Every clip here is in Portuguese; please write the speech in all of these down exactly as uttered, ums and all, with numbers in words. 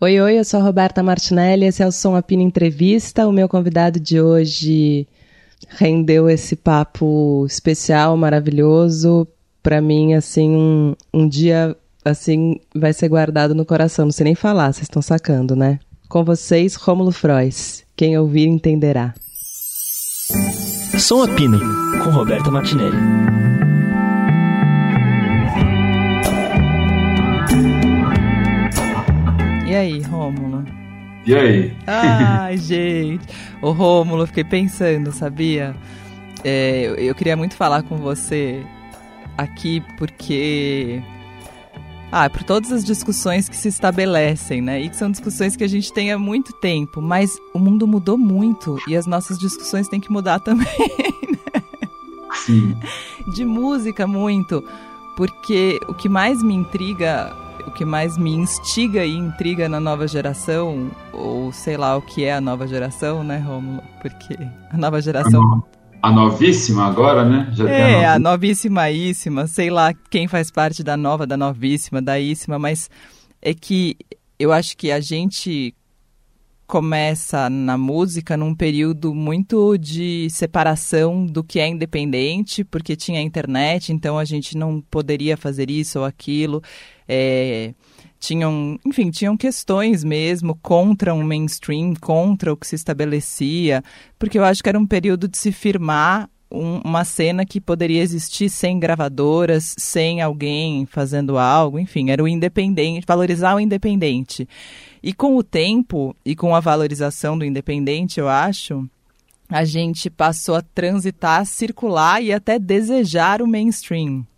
Oi, oi, eu sou a Roberta Martinelli, esse é o Som a Pino Entrevista. O meu convidado de hoje rendeu esse papo especial, maravilhoso. Para mim, assim, um, um dia assim vai ser guardado no coração. Não sei nem falar, vocês estão sacando, né? Com vocês, Rômulo Frois. Quem ouvir entenderá. Som a Pino, com Roberta Martinelli. E aí, Rômulo? E aí? Ai, gente. Ô, Rômulo, eu fiquei pensando, sabia? É, eu, eu queria muito falar com você aqui porque... Ah, por todas as discussões que se estabelecem, né? E que são discussões que a gente tem há muito tempo. Mas o mundo mudou muito e as nossas discussões têm que mudar também, né? Sim. De música, muito. Porque o que mais me intriga... O que mais me instiga e intriga na nova geração, ou sei lá o que é a nova geração, né, Rômulo? Porque a nova geração... A, no... a novíssima agora, né? Já é, tem a, a novíssima-íssima, sei lá quem faz parte da nova, da novíssima, da íssima, mas é que eu acho que a gente começa na música num período muito de separação do que é independente, porque tinha internet, então a gente não poderia fazer isso ou aquilo. É, tinham, enfim, tinham questões mesmo contra um mainstream, contra o que se estabelecia, porque eu acho que era um período de se firmar um, uma cena que poderia existir sem gravadoras, sem alguém fazendo algo, enfim, era o independente, valorizar o independente. E com o tempo e com a valorização do independente, eu acho, a gente passou a transitar, circular e até desejar o mainstream. O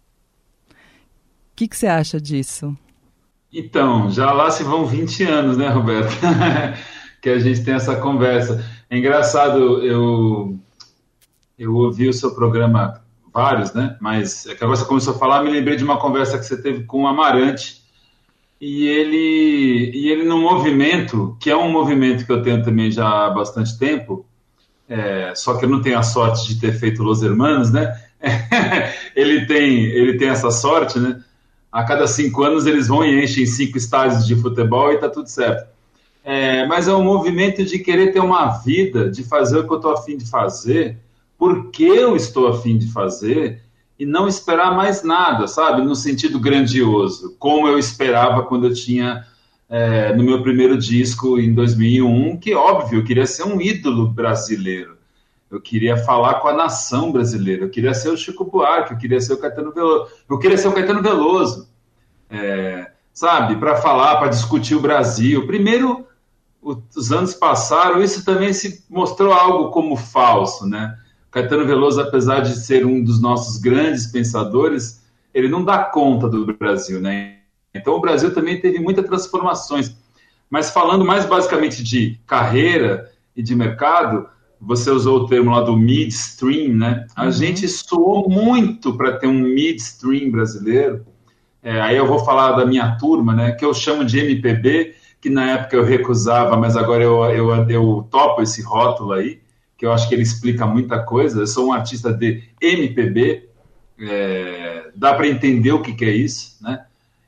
que que você acha disso? Então, já lá se vão vinte anos, né, Roberto? Que a gente tem essa conversa. É engraçado, eu, eu ouvi o seu programa, vários, né? Mas é que agora você começou a falar, me lembrei de uma conversa que você teve com o Amarante. E ele, e ele no movimento, que é um movimento que eu tenho também já há bastante tempo, é, só que eu não tenho a sorte de ter feito Los Hermanos, né? ele, tem, ele tem essa sorte, né? A cada cinco anos eles vão e enchem cinco estádios de futebol e tá tudo certo. É, mas é um movimento de querer ter uma vida, de fazer o que eu estou a fim de fazer, porque eu estou a fim de fazer, e não esperar mais nada, sabe? No sentido grandioso, como eu esperava quando eu tinha, é, no meu primeiro disco, em dois mil e um, que, óbvio, eu queria ser um ídolo brasileiro. Eu queria falar com a nação brasileira. Eu queria ser o Chico Buarque, eu queria ser o Caetano Veloso. Eu queria ser o Caetano Veloso, é, sabe? Para falar, para discutir o Brasil. Primeiro, os anos passaram, isso também se mostrou algo como falso, né? Caetano Veloso, apesar de ser um dos nossos grandes pensadores, ele não dá conta do Brasil, né? Então o Brasil também teve muitas transformações. Mas falando mais basicamente de carreira e de mercado, você usou o termo lá do midstream, né? A uhum. gente suou muito para ter um midstream brasileiro. É, aí eu vou falar da minha turma, né? Que eu chamo de M P B, que na época eu recusava, mas agora eu, eu, eu topo esse rótulo aí, que eu acho que ele explica muita coisa. Eu sou um artista de M P B, é, dá para entender o que, que é isso, né?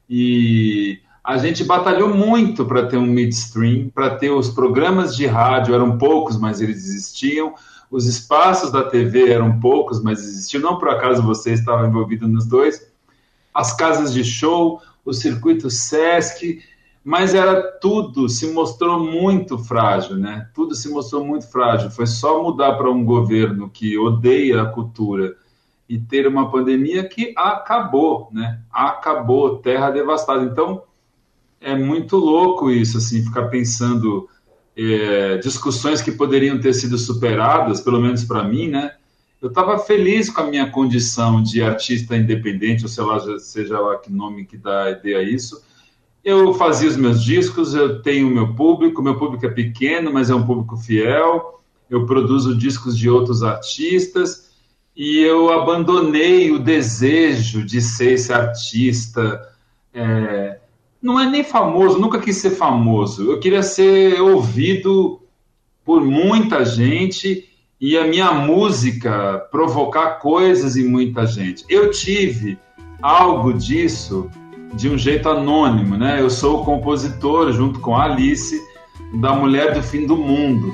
E a gente batalhou muito para ter um midstream, para ter os programas de rádio, eram poucos, mas eles existiam, os espaços da T V eram poucos, mas existiam, não por acaso você estava envolvido nos dois, as casas de show, o circuito Sesc, mas era tudo, se mostrou muito frágil, né? Tudo se mostrou muito frágil. Foi só mudar para um governo que odeia a cultura e ter uma pandemia que acabou, né? Acabou, terra devastada. Então, é muito louco isso, assim, ficar pensando é, discussões que poderiam ter sido superadas, pelo menos para mim, né? Eu estava feliz com a minha condição de artista independente, ou sei lá, seja lá que nome que dá ideia a isso. Eu fazia os meus discos, eu tenho o meu público, meu público é pequeno, mas é um público fiel, eu produzo discos de outros artistas, e eu abandonei o desejo de ser esse artista, é, não é nem famoso, nunca quis ser famoso, eu queria ser ouvido por muita gente e a minha música provocar coisas em muita gente. Eu tive algo disso de um jeito anônimo, né? Eu sou o compositor, junto com a Alice, da Mulher do Fim do Mundo.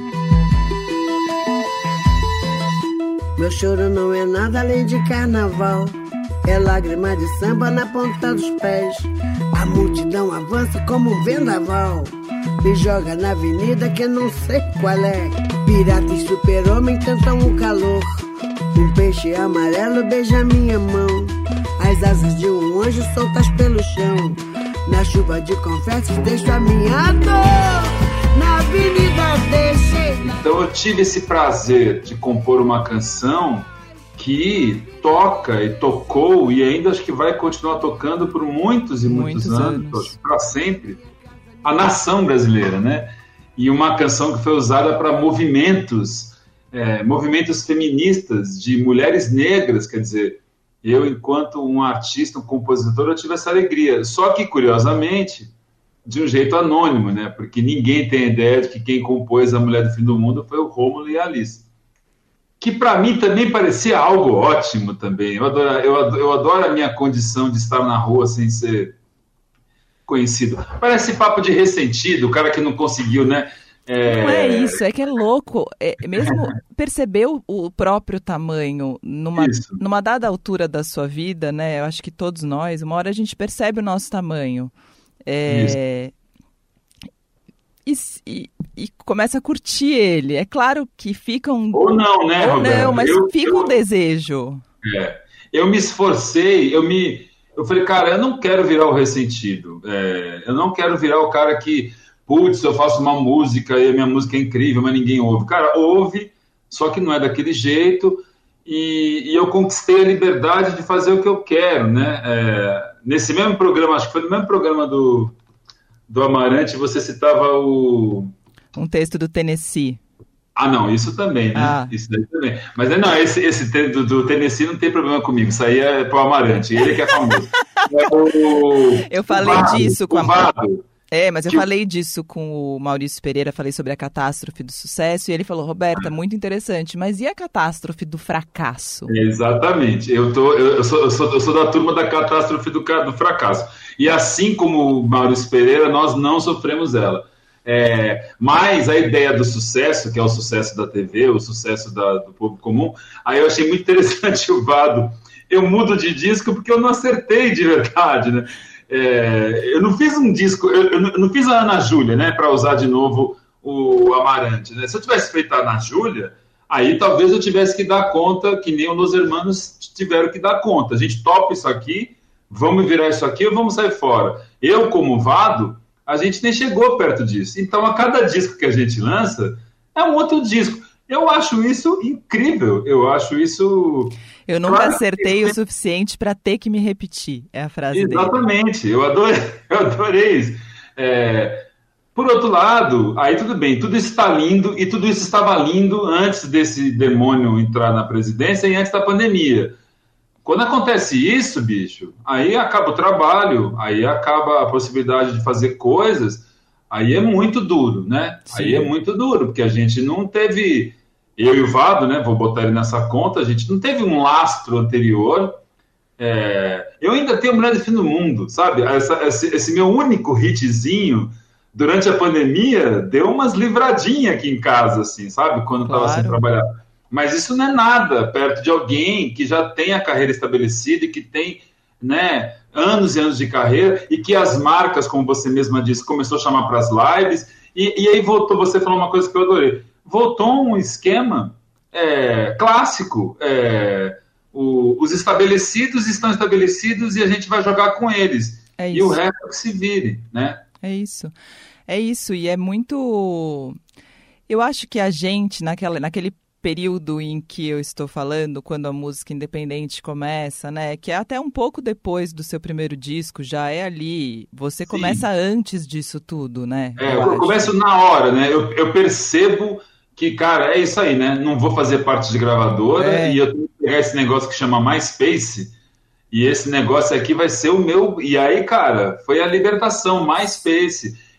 Meu choro não é nada além de carnaval, é lágrima de samba na ponta dos pés. A multidão avança como um vendaval, me joga na avenida que eu não sei qual é. Pirata e super-homem cantam o calor, um peixe amarelo beija minha mão, as asas de um anjo soltas pelo chão. Na chuva de confetes deixo a minha dor, na avenida deixei. Então eu tive esse prazer de compor uma canção que toca e tocou e ainda acho que vai continuar tocando por muitos e muitos, muitos anos, anos. para sempre, a nação brasileira, né? E uma canção que foi usada para movimentos, é, movimentos feministas de mulheres negras, quer dizer, eu, enquanto um artista, um compositor, eu tive essa alegria. Só que, curiosamente, de um jeito anônimo, né? Porque ninguém tem ideia de que quem compôs A Mulher do Fim do Mundo foi o Rômulo e a Alice. Que para mim também parecia algo ótimo também. Eu adoro, eu, adoro, eu adoro a minha condição de estar na rua sem ser conhecido. Parece papo de ressentido, o cara que não conseguiu, né? É... Não é isso, é que é louco. É, mesmo perceber o, o próprio tamanho numa, numa dada altura da sua vida, né? Eu acho que todos nós, uma hora a gente percebe o nosso tamanho. É... E, e, e começa a curtir ele. É claro que fica um... Ou não, né, Ou Roberto? não, mas eu, fica eu, um desejo. É. Eu me esforcei, eu me... Eu falei, cara, eu não quero virar o ressentido. É, eu não quero virar o cara que, putz, eu faço uma música e a minha música é incrível, mas ninguém ouve. Cara, ouve, só que não é daquele jeito. E, e eu conquistei a liberdade de fazer o que eu quero, né? É, nesse mesmo programa, acho que foi no mesmo programa do, do Amarante, você citava o... Um texto do Tennessee. Ah, não, isso também, né? Ah. Isso daí também. Mas não, esse, esse do, do Tennessee não tem problema comigo. Isso aí é pro Amarante, ele que é famoso. É o, eu falei Vado, disso com a Vado. É, mas eu que... falei disso com o Maurício Pereira, falei sobre a catástrofe do sucesso, e ele falou, Roberta, muito interessante, mas e a catástrofe do fracasso? Exatamente. Eu, tô, eu, eu, sou, eu, sou, eu sou da turma da catástrofe do, do fracasso. E assim como o Maurício Pereira, nós não sofremos ela. É, mas a ideia do sucesso, que é o sucesso da T V, o sucesso da, do povo comum, aí eu achei muito interessante o Vado. Eu mudo de disco porque eu não acertei de verdade, né? É, eu não fiz um disco, eu, eu não fiz a Ana Júlia, né, para usar de novo o Amarante, né? Se eu tivesse feito a Ana Júlia, aí talvez eu tivesse que dar conta, que nem os Los Hermanos tiveram que dar conta. A gente topa isso aqui, vamos virar isso aqui ou vamos sair fora. Eu, como Vado, a gente nem chegou perto disso. Então, a cada disco que a gente lança, é um outro disco. Eu acho isso incrível. Eu acho isso... Eu nunca claro, acertei o suficiente para ter que me repetir. É a frase Exatamente. dele. Eu adorei, eu adorei isso. É... Por outro lado, aí tudo bem. Tudo isso está lindo e tudo isso estava lindo antes desse demônio entrar na presidência e antes da pandemia. Quando acontece isso, bicho, aí acaba o trabalho, aí acaba a possibilidade de fazer coisas, aí é muito duro, né? Sim. Aí é muito duro, porque a gente não teve, eu e o Vado, né, vou botar ele nessa conta, a gente não teve um lastro anterior. É, eu ainda tenho Mulher do Fim do Mundo, sabe? Essa, esse, esse meu único hitzinho, durante a pandemia, deu umas livradinhas aqui em casa, assim, sabe? Quando estava claro. sem trabalhar. Mas isso não é nada perto de alguém que já tem a carreira estabelecida e que tem, né, anos e anos de carreira e que as marcas, como você mesma disse, começou a chamar para as lives e, e aí voltou, você falou uma coisa que eu adorei, voltou um esquema é, clássico, é, o, os estabelecidos estão estabelecidos e a gente vai jogar com eles é e o resto que se vire, né? É isso, é isso e é muito... Eu acho que a gente, naquela, naquele período em que eu estou falando, quando a música independente começa, né? Que é até um pouco depois do seu primeiro disco, já é ali. Você Sim. começa antes disso tudo, né? É, eu, eu começo na hora, né? Eu, eu percebo que, cara, é isso aí, né? Não vou fazer parte de gravadora é. e eu tenho que pegar esse negócio que chama MySpace e esse negócio aqui vai ser o meu... E aí, cara, foi a libertação, MySpace.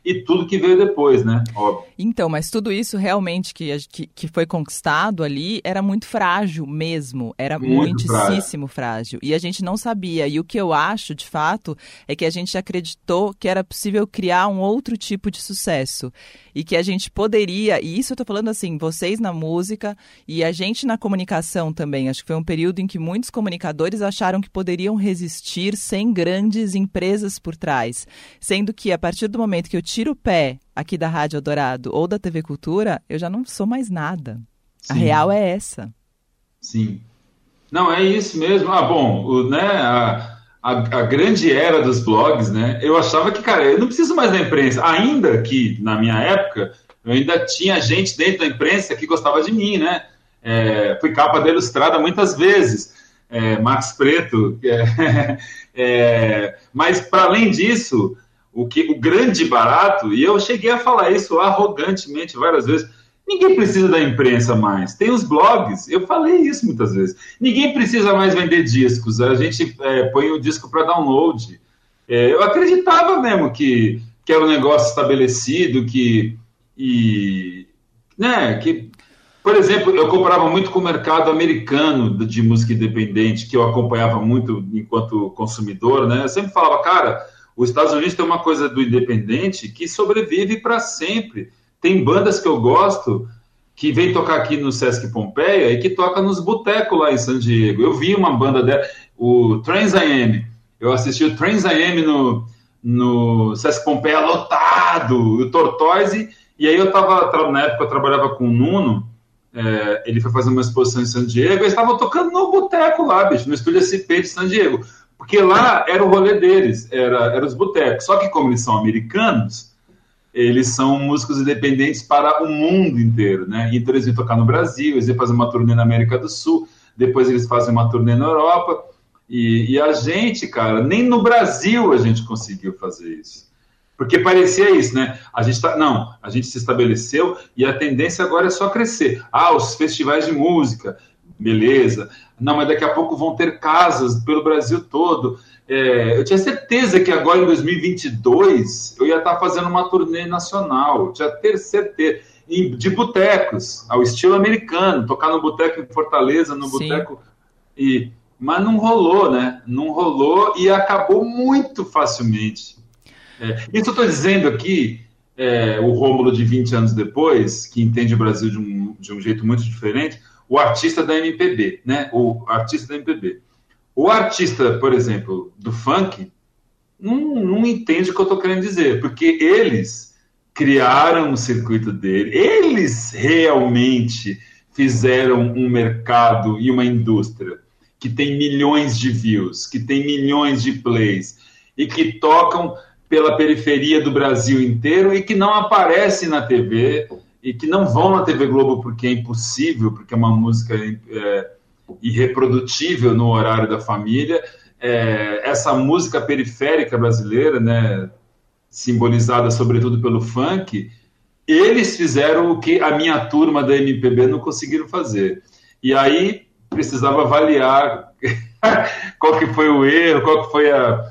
e tudo que veio depois, né? Óbvio. Então, mas tudo isso realmente que, que, que foi conquistado ali era muito frágil mesmo, era Muito muitíssimo frágil. frágil. E a gente não sabia. E o que eu acho, de fato, é que a gente acreditou que era possível criar um outro tipo de sucesso. E que a gente poderia, e isso eu tô falando assim, vocês na música e a gente na comunicação também. Acho que foi um período em que muitos comunicadores acharam que poderiam resistir sem grandes empresas por trás. Sendo que a partir do momento que eu tiro o pé aqui da Rádio Eldorado ou da T V Cultura, eu já não sou mais nada. Sim. A real é essa. Sim. Não, é isso mesmo. Ah, bom, o, né, a, a, a grande era dos blogs, né? Eu achava que, cara, eu não preciso mais da imprensa. Ainda que, na minha época, eu ainda tinha gente dentro da imprensa que gostava de mim, né? É, fui capa da Ilustrada muitas vezes. É, Max Preto. É, é, mas, para além disso... O, que, o grande barato, e eu cheguei a falar isso arrogantemente várias vezes, ninguém precisa da imprensa mais, tem os blogs, eu falei isso muitas vezes, ninguém precisa mais vender discos, a gente é, põe o disco para download. É, eu acreditava mesmo que, que era um negócio estabelecido, que, e, né, que, por exemplo, eu comparava muito com o mercado americano de música independente, que eu acompanhava muito enquanto consumidor, né, eu sempre falava, cara... Os Estados Unidos tem uma coisa do independente que sobrevive para sempre. Tem bandas que eu gosto que vem tocar aqui no Sesc Pompeia e que toca nos botecos lá em San Diego. Eu vi uma banda dela, o Trans I M. Eu assisti o Trans I M no, no Sesc Pompeia lotado, o Tortoise. E aí eu estava, na época eu trabalhava com o Nuno, é, ele foi fazer uma exposição em San Diego, e eles estavam tocando no boteco lá, bicho, no Estúdio S P de San Diego. Porque lá era o rolê deles, era, era os botecos. Só que como eles são americanos, eles são músicos independentes para o mundo inteiro, né? Então eles iam tocar no Brasil, eles iam fazer uma turnê na América do Sul, depois eles fazem uma turnê na Europa. E, e a gente, cara, nem no Brasil a gente conseguiu fazer isso. Porque parecia isso, né? A gente tá, não, a gente se estabeleceu e a tendência agora é só crescer. Ah, os festivais de música... Beleza. Não, mas daqui a pouco vão ter casas pelo Brasil todo. É, eu tinha certeza que agora, em dois mil e vinte e dois, eu ia estar fazendo uma turnê nacional. Eu tinha ter certeza. De botecos, ao estilo americano. Tocar no boteco em Fortaleza, no boteco... E... Mas não rolou, né? Não rolou e acabou muito facilmente. É, isso eu estou dizendo aqui, é, o Rômulo de vinte anos depois, que entende o Brasil de um, de um jeito muito diferente... O artista da M P B, né? O artista da M P B. O artista, por exemplo, do funk, não, não entende o que eu estou querendo dizer, porque eles criaram o circuito dele, eles realmente fizeram um mercado e uma indústria que tem milhões de views, que tem milhões de plays, e que tocam pela periferia do Brasil inteiro e que não aparecem na T V... e que não vão na T V Globo porque é impossível, porque é uma música é, irreprodutível no horário da família. É, essa música periférica brasileira, né, simbolizada sobretudo pelo funk, eles fizeram o que a minha turma da M P B não conseguiram fazer. E aí precisava avaliar qual que foi o erro, qual que foi a,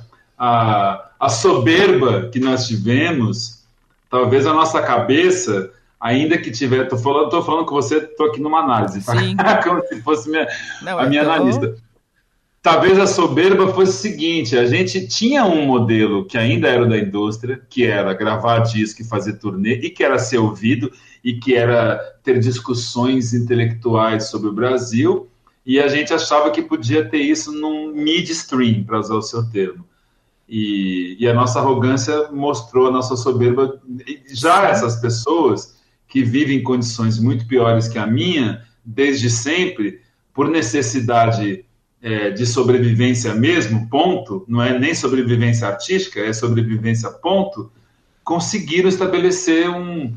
a, a soberba que nós tivemos. Talvez a nossa cabeça... Ainda que tiver, tô falando, tô falando com você, tô aqui numa análise, tá? Como se fosse minha, Não, a minha tô... analista. Talvez a soberba fosse o seguinte, a gente tinha um modelo que ainda era da indústria, que era gravar disco e fazer turnê, e que era ser ouvido, e que era ter discussões intelectuais sobre o Brasil, e a gente achava que podia ter isso num midstream, para usar o seu termo. E, e a nossa arrogância mostrou a nossa soberba. Já essas pessoas... que vivem em condições muito piores que a minha, desde sempre, por necessidade é, de sobrevivência mesmo, ponto, não é nem sobrevivência artística, é sobrevivência, ponto, conseguiram estabelecer um,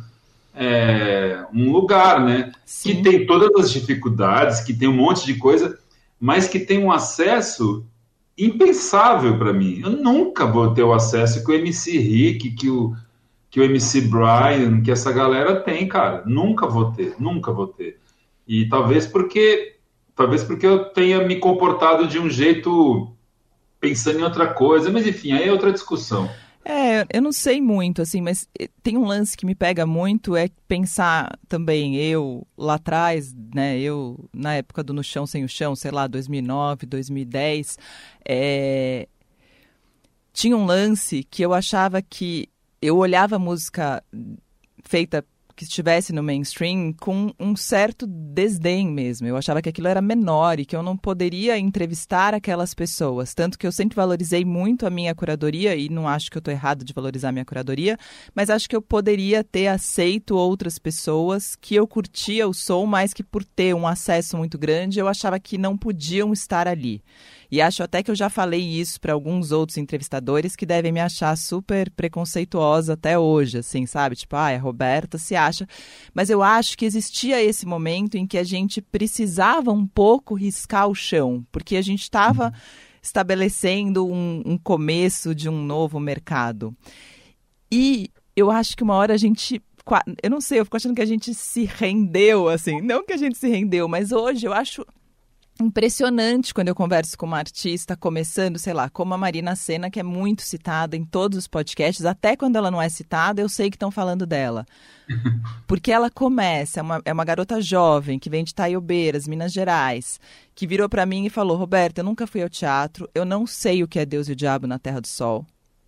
é, um lugar, né? Sim. Que tem todas as dificuldades, que tem um monte de coisa, mas que tem um acesso impensável para mim. Eu nunca vou ter o acesso que o M C Rick, que o que o M C Brian, que essa galera tem, cara. Nunca vou ter, nunca vou ter. E talvez porque, talvez porque eu tenha me comportado de um jeito pensando em outra coisa, mas enfim, aí é outra discussão. É, eu não sei muito, assim, mas tem um lance que me pega muito, é pensar também, eu lá atrás, né, eu na época do No Chão Sem o Chão, sei lá, dois mil e nove, dois mil e dez, é... tinha um lance que eu achava que eu olhava a música feita que estivesse no mainstream com um certo desdém mesmo. Eu achava que aquilo era menor e que eu não poderia entrevistar aquelas pessoas. Tanto que eu sempre valorizei muito a minha curadoria, e não acho que eu estou errado de valorizar a minha curadoria, mas acho que eu poderia ter aceito outras pessoas que eu curtia o som, mas que por ter um acesso muito grande, eu achava que não podiam estar ali. E acho até que eu já falei isso para alguns outros entrevistadores que devem me achar super preconceituosa até hoje, assim, sabe? Tipo, ah, a Roberta se acha. Mas eu acho que existia esse momento em que a gente precisava um pouco riscar o chão, porque a gente estava estabelecendo um, um começo de um novo mercado. E eu acho que uma hora a gente... Eu não sei, eu fico achando que a gente se rendeu, assim. Não que a gente se rendeu, mas hoje eu acho... impressionante quando eu converso com uma artista começando, sei lá, como a Marina Sena, que é muito citada em todos os podcasts, até quando ela não é citada, eu sei que estão falando dela. Porque ela começa, é uma, é uma garota jovem, que vem de Itaiobeiras, Minas Gerais, que virou pra mim e falou, Roberta, eu nunca fui ao teatro, eu não sei o que é Deus e o Diabo na Terra do Sol.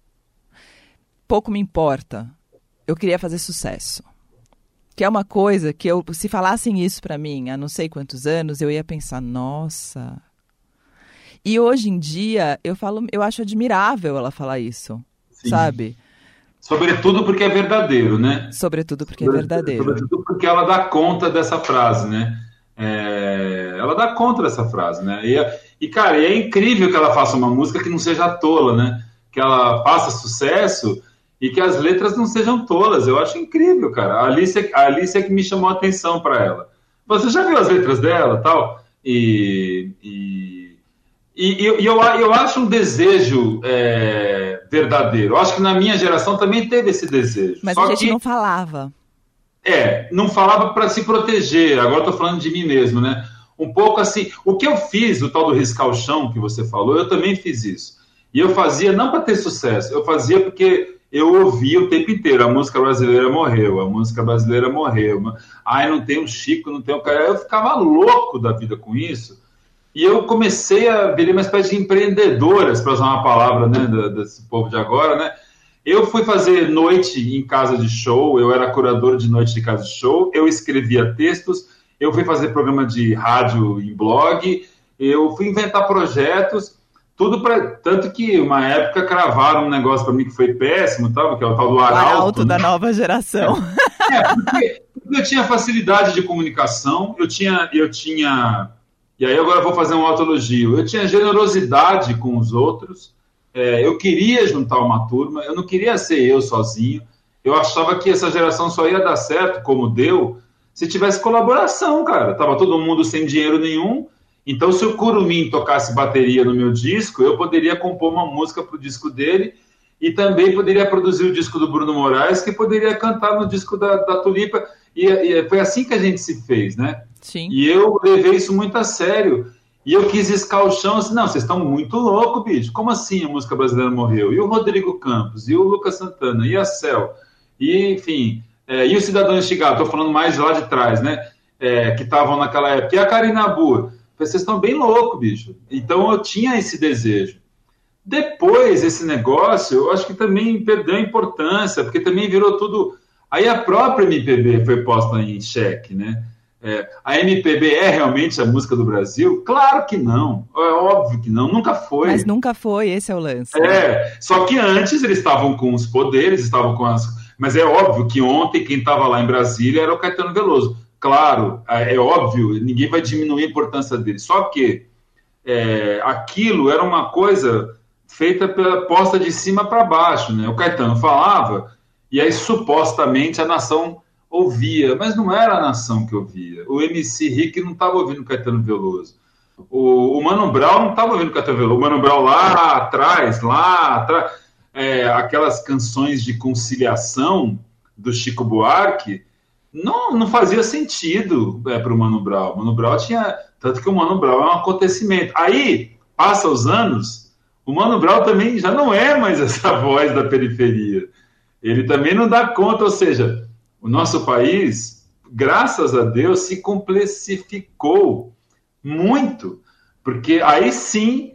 Pouco me importa, eu queria fazer sucesso. Que é uma coisa que, eu, se falassem isso pra mim há não sei quantos anos, eu ia pensar, nossa. E hoje em dia, eu falo, eu acho admirável ela falar isso, Sim. sabe? Sobretudo porque é verdadeiro, né? Sobretudo porque sobretudo, é verdadeiro. Sobretudo porque ela dá conta dessa frase, né? É, ela dá conta dessa frase, né? E, e, cara, é incrível que ela faça uma música que não seja tola, né? Que ela faça sucesso... e que as letras não sejam tolas. Eu acho incrível, cara. A Alice, a Alice é que me chamou a atenção para ela. Você já viu as letras dela tal? E, e, e, e eu, eu acho um desejo é, verdadeiro. Eu acho que na minha geração também teve esse desejo. Mas Só a gente que, não falava. É, não falava para se proteger. Agora eu tô falando de mim mesmo, né? Um pouco assim... O que eu fiz, o tal do riscar o chão que você falou, eu também fiz isso. E eu fazia não para ter sucesso. Eu fazia porque... eu ouvia o tempo inteiro, a música brasileira morreu, a música brasileira morreu, ai, não tem um Chico, não tem um cara, eu ficava louco da vida com isso, e eu comecei a virar uma espécie de empreendedoras, para usar uma palavra, né, desse povo de agora, né, eu fui fazer noite em casa de show, eu era curador de noite de casa de show, eu escrevia textos, eu fui fazer programa de rádio em blog, eu fui inventar projetos, tudo para tanto que uma época cravaram um negócio para mim que foi péssimo, tá? Que é o tal do Arauto, Arauto né? da nova geração. É, porque, porque eu tinha facilidade de comunicação, eu tinha, eu tinha, e aí agora eu vou fazer um autoelogio, eu tinha generosidade com os outros, é, eu queria juntar uma turma, eu não queria ser eu sozinho, eu achava que essa geração só ia dar certo, como deu, se tivesse colaboração, cara. Tava todo mundo sem dinheiro nenhum. Então, se o Curumim tocasse bateria no meu disco, eu poderia compor uma música para o disco dele e também poderia produzir o disco do Bruno Moraes, que poderia cantar no disco da, da Tulipa. E, e foi assim que a gente se fez, né? Sim. E eu levei isso muito a sério. E eu quis riscar o chão, assim, não, vocês estão muito loucos, bicho. Como assim a música brasileira morreu? E o Rodrigo Campos, e o Lucas Santana, e a Cel, e, enfim, é, e o Cidadão Instigado, estou falando mais lá de trás, né? É, que estavam naquela época. E a Karina Burr. Vocês estão bem loucos, bicho. Então eu tinha esse desejo. Depois, esse negócio, eu acho que também perdeu a importância, porque também virou tudo... Aí a própria M P B foi posta em xeque, né? É, a M P B é realmente a música do Brasil? Claro que não. É óbvio que não. Nunca foi. Mas nunca foi, esse é o lance. É, só que antes eles estavam com os poderes, estavam com as... Mas é óbvio que ontem quem estava lá em Brasília era o Caetano Veloso. Claro, é óbvio, ninguém vai diminuir a importância dele. Só que é, aquilo era uma coisa feita pela posta de cima para baixo, né? O Caetano falava e aí supostamente a nação ouvia, mas não era a nação que ouvia. O M C Rick não estava ouvindo o Caetano Veloso. O, o Mano Brown não estava ouvindo o Caetano Veloso. O Mano Brown lá atrás, lá atrás, é, aquelas canções de conciliação do Chico Buarque, Não, não fazia sentido é, para o Mano Brown. O Mano Brown tinha... Tanto que o Mano Brown é um acontecimento. Aí, passa os anos, o Mano Brown também já não é mais essa voz da periferia. Ele também não dá conta, ou seja, o nosso país, graças a Deus, se complexificou muito, porque aí sim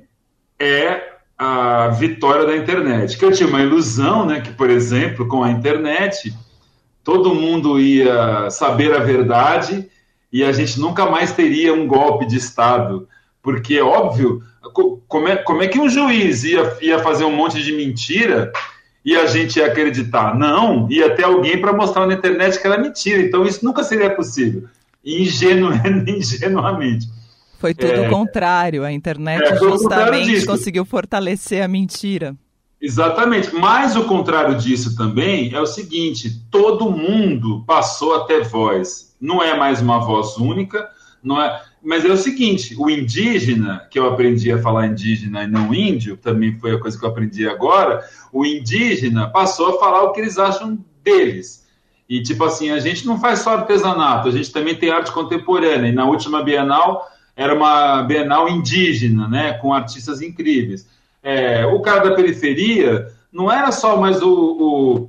é a vitória da internet. Que eu tinha uma ilusão, né, que, por exemplo, com a internet, todo mundo ia saber a verdade e a gente nunca mais teria um golpe de Estado, porque, óbvio, como é, como é que um juiz ia, ia fazer um monte de mentira e a gente ia acreditar? Não, ia ter alguém para mostrar na internet que era mentira, então isso nunca seria possível, ingenu, ingenuamente. Foi tudo o é, contrário, a internet é, justamente conseguiu fortalecer a mentira. Exatamente, mas o contrário disso também é o seguinte, todo mundo passou a ter voz, não é mais uma voz única, não é, mas é o seguinte, o indígena, que eu aprendi a falar indígena e não índio, também foi a coisa que eu aprendi agora, o indígena passou a falar o que eles acham deles. E tipo assim, a gente não faz só artesanato, a gente também tem arte contemporânea, e na última Bienal era uma Bienal indígena, né, com artistas incríveis. É, o cara da periferia não era só mais o, o,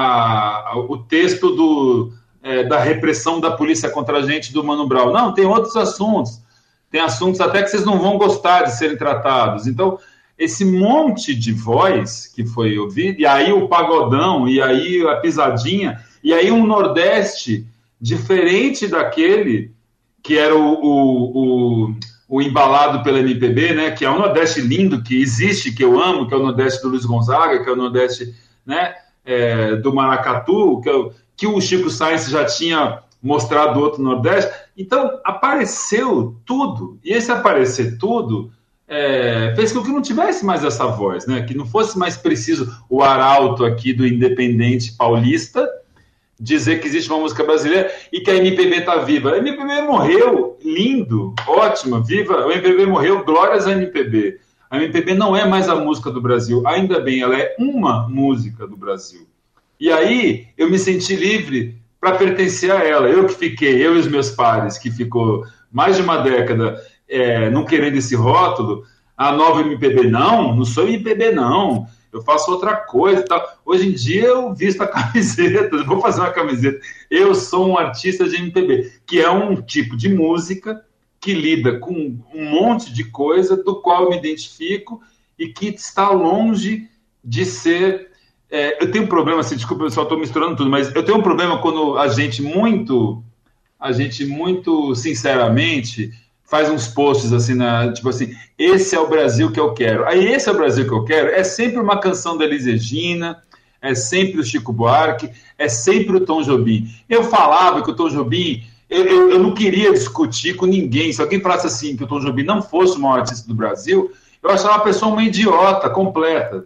a, o texto do, é, da repressão da polícia contra a gente do Mano Brown. Não, tem outros assuntos. Tem assuntos até que vocês não vão gostar de serem tratados. Então, esse monte de voz que foi ouvido, e aí o pagodão, e aí a pisadinha, e aí um Nordeste diferente daquele que era o... o, o o embalado pela M P B, né, que é um Nordeste lindo, que existe, que eu amo, que é o Nordeste do Luiz Gonzaga, que é o Nordeste, né, é, do Maracatu, que, é, que o Chico Sainz já tinha mostrado outro Nordeste. Então, apareceu tudo, e esse aparecer tudo é, fez com que não tivesse mais essa voz, né, que não fosse mais preciso o arauto aqui do Independente Paulista dizer que existe uma música brasileira e que a M P B está viva. A M P B morreu, lindo, ótima, viva. A M P B morreu, glórias à M P B. A M P B não é mais a música do Brasil, ainda bem, ela é uma música do Brasil. E aí eu me senti livre para pertencer a ela. Eu que fiquei, eu e os meus pares, que ficou mais de uma década é, não querendo esse rótulo, a nova M P B, não, não sou M P B, não. Eu faço outra coisa e tal. Hoje em dia eu visto a camiseta, eu vou fazer uma camiseta. Eu sou um artista de M P B, que é um tipo de música que lida com um monte de coisa do qual eu me identifico e que está longe de ser... É, eu tenho um problema, assim, desculpa, eu só estou misturando tudo, mas eu tenho um problema quando a gente muito, a gente muito sinceramente... faz uns posts assim, na, tipo assim, esse é o Brasil que eu quero. Aí esse é o Brasil que eu quero, é sempre uma canção da Elis Regina, é sempre o Chico Buarque, é sempre o Tom Jobim. Eu falava que o Tom Jobim, eu, eu, eu não queria discutir com ninguém. Se alguém falasse assim, que o Tom Jobim não fosse o maior artista do Brasil, eu achava a pessoa uma idiota completa.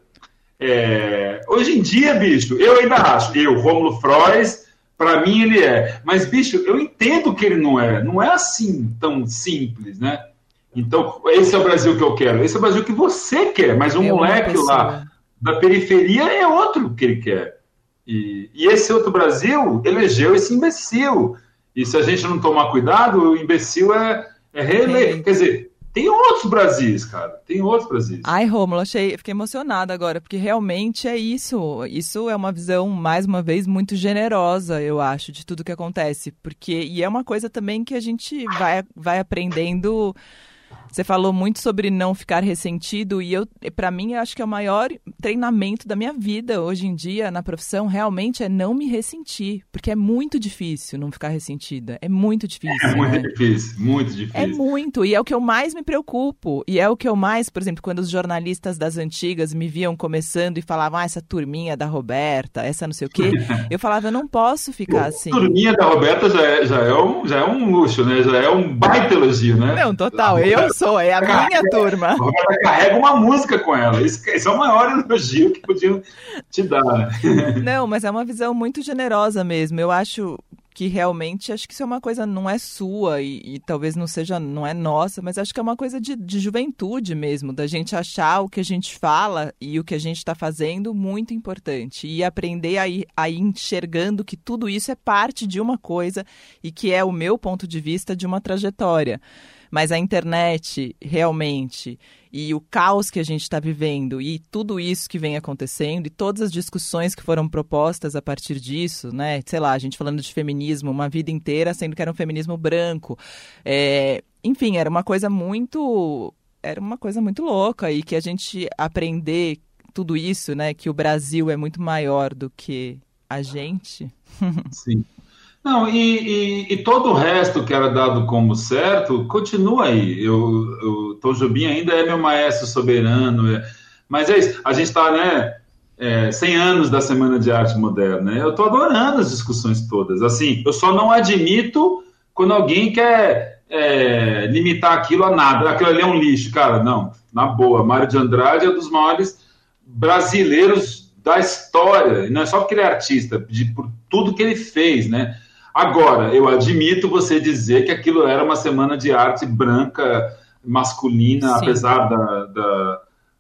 É, hoje em dia, bicho, eu ainda acho, eu, Rômulo Frois, para mim ele é, mas bicho, eu entendo que ele não é, não é assim tão simples, né? Então, esse é o Brasil que eu quero, esse é o Brasil que você quer, mas um é moleque lá da periferia é outro que ele quer. E, e esse outro Brasil elegeu esse imbecil. E se a gente não tomar cuidado, o imbecil é, é reeleito. Quer dizer, tem outros Brasis, cara. Tem outros Brasis. Ai, Rômulo, achei, fiquei emocionada agora, porque realmente é isso. Isso é uma visão, mais uma vez, muito generosa, eu acho, de tudo que acontece. Porque, e é uma coisa também que a gente vai, vai aprendendo. Você falou muito sobre não ficar ressentido, e eu, para mim, eu acho que é o maior treinamento da minha vida hoje em dia na profissão, realmente é não me ressentir, porque é muito difícil não ficar ressentida, é muito difícil. É muito né? difícil, muito difícil. É muito, e é o que eu mais me preocupo, e é o que eu mais, por exemplo, quando os jornalistas das antigas me viam começando e falavam, ah, essa turminha da Roberta, essa não sei o quê, eu falava, eu não posso ficar assim. A turminha da Roberta já é, já, é um, já é um luxo, né? Já é um baita elogio, né? Não, total, eu sou é a minha turma. A Roberta carrega uma música com ela. Isso, isso é o maior elogio que podiam te dar. Né? Não, mas é uma visão muito generosa mesmo. Eu acho que realmente, acho que isso é uma coisa, não é sua e, e talvez não seja, não é nossa, mas acho que é uma coisa de, de juventude mesmo, da gente achar o que a gente fala e o que a gente está fazendo muito importante e aprender a ir, a ir enxergando que tudo isso é parte de uma coisa e que é o meu ponto de vista de uma trajetória. Mas a internet, realmente, e o caos que a gente está vivendo, e tudo isso que vem acontecendo, e todas as discussões que foram propostas a partir disso, né? Sei lá, a gente falando de feminismo uma vida inteira, sendo que era um feminismo branco. É, enfim, era uma coisa muito... Era uma coisa muito louca, e que a gente aprender tudo isso, né? Que o Brasil é muito maior do que a gente. Sim. Não, e, e, e todo o resto que era dado como certo, continua aí. Eu, o Tom Jobim ainda é meu maestro soberano, é, mas é isso. A gente está, né, é, cem anos da Semana de Arte Moderna, né? Eu estou adorando as discussões todas. Assim, eu só não admito quando alguém quer é, limitar aquilo a nada. Aquilo ali é um lixo, cara. Não, na boa. Mário de Andrade é um dos maiores brasileiros da história. E não é só porque ele é artista, de, por tudo que ele fez, né? Agora, eu admito você dizer que aquilo era uma semana de arte branca, masculina, sim, apesar da, da,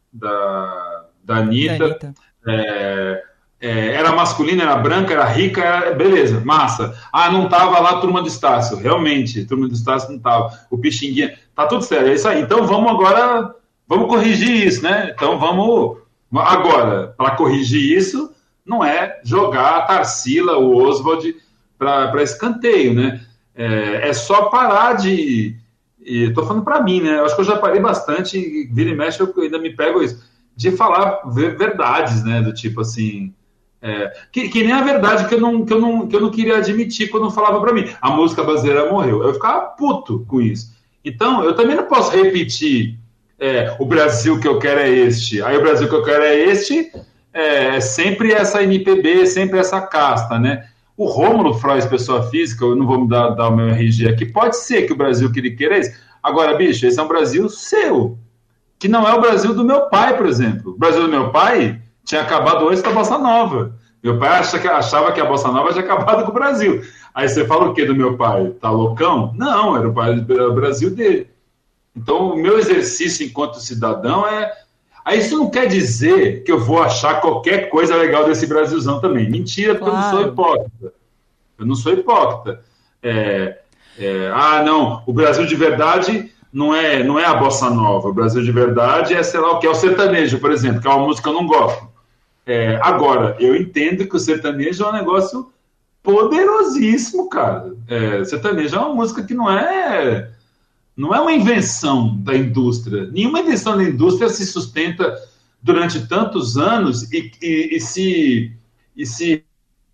da, da Anitta. Da Anitta. É, é, era masculina, era branca, era rica, era, beleza, massa. Ah, não tava lá a Turma do Estácio. Realmente, a Turma do Estácio não tava. O Pixinguinha, tá tudo certo, é isso aí. Então vamos agora, vamos corrigir isso, né? Então vamos... Agora, para corrigir isso, não é jogar a Tarsila, o Oswald... para escanteio, né? É, é só parar de... Estou falando para mim, né? Eu acho que eu já parei bastante, e vira e mexe, eu ainda me pego isso, de falar verdades, né? Do tipo assim... É, que, que nem a verdade que eu, não, que, eu não, que eu não queria admitir quando falava para mim. A música brasileira morreu. Eu ficava puto com isso. Então, eu também não posso repetir é, o Brasil que eu quero é este. Aí o Brasil que eu quero é este, é sempre essa M P B, sempre essa casta, né? O Rômulo Frois, pessoa física, eu não vou me dar, dar o meu R G aqui, pode ser que o Brasil que ele queira é esse. Agora, bicho, esse é um Brasil seu, que não é o Brasil do meu pai, por exemplo. O Brasil do meu pai tinha acabado antes da Bossa Nova. Meu pai acha que, achava que a Bossa Nova tinha acabado com o Brasil. Aí você fala o quê do meu pai? Tá loucão? Não, era o, pai, era o Brasil dele. Então, o meu exercício enquanto cidadão é... Aí isso não quer dizer que eu vou achar qualquer coisa legal desse Brasilzão também. Mentira, porque claro. Eu não sou hipócrita. Eu não sou hipócrita. É, é, ah, não, o Brasil de verdade não é, não é a bossa nova. O Brasil de verdade é, sei lá o que, é o sertanejo, por exemplo, que é uma música que eu não gosto. É, agora, eu entendo que o sertanejo é um negócio poderosíssimo, cara. É, sertanejo é uma música que não é... Não é uma invenção da indústria. Nenhuma invenção da indústria se sustenta durante tantos anos e, e, e, se, e se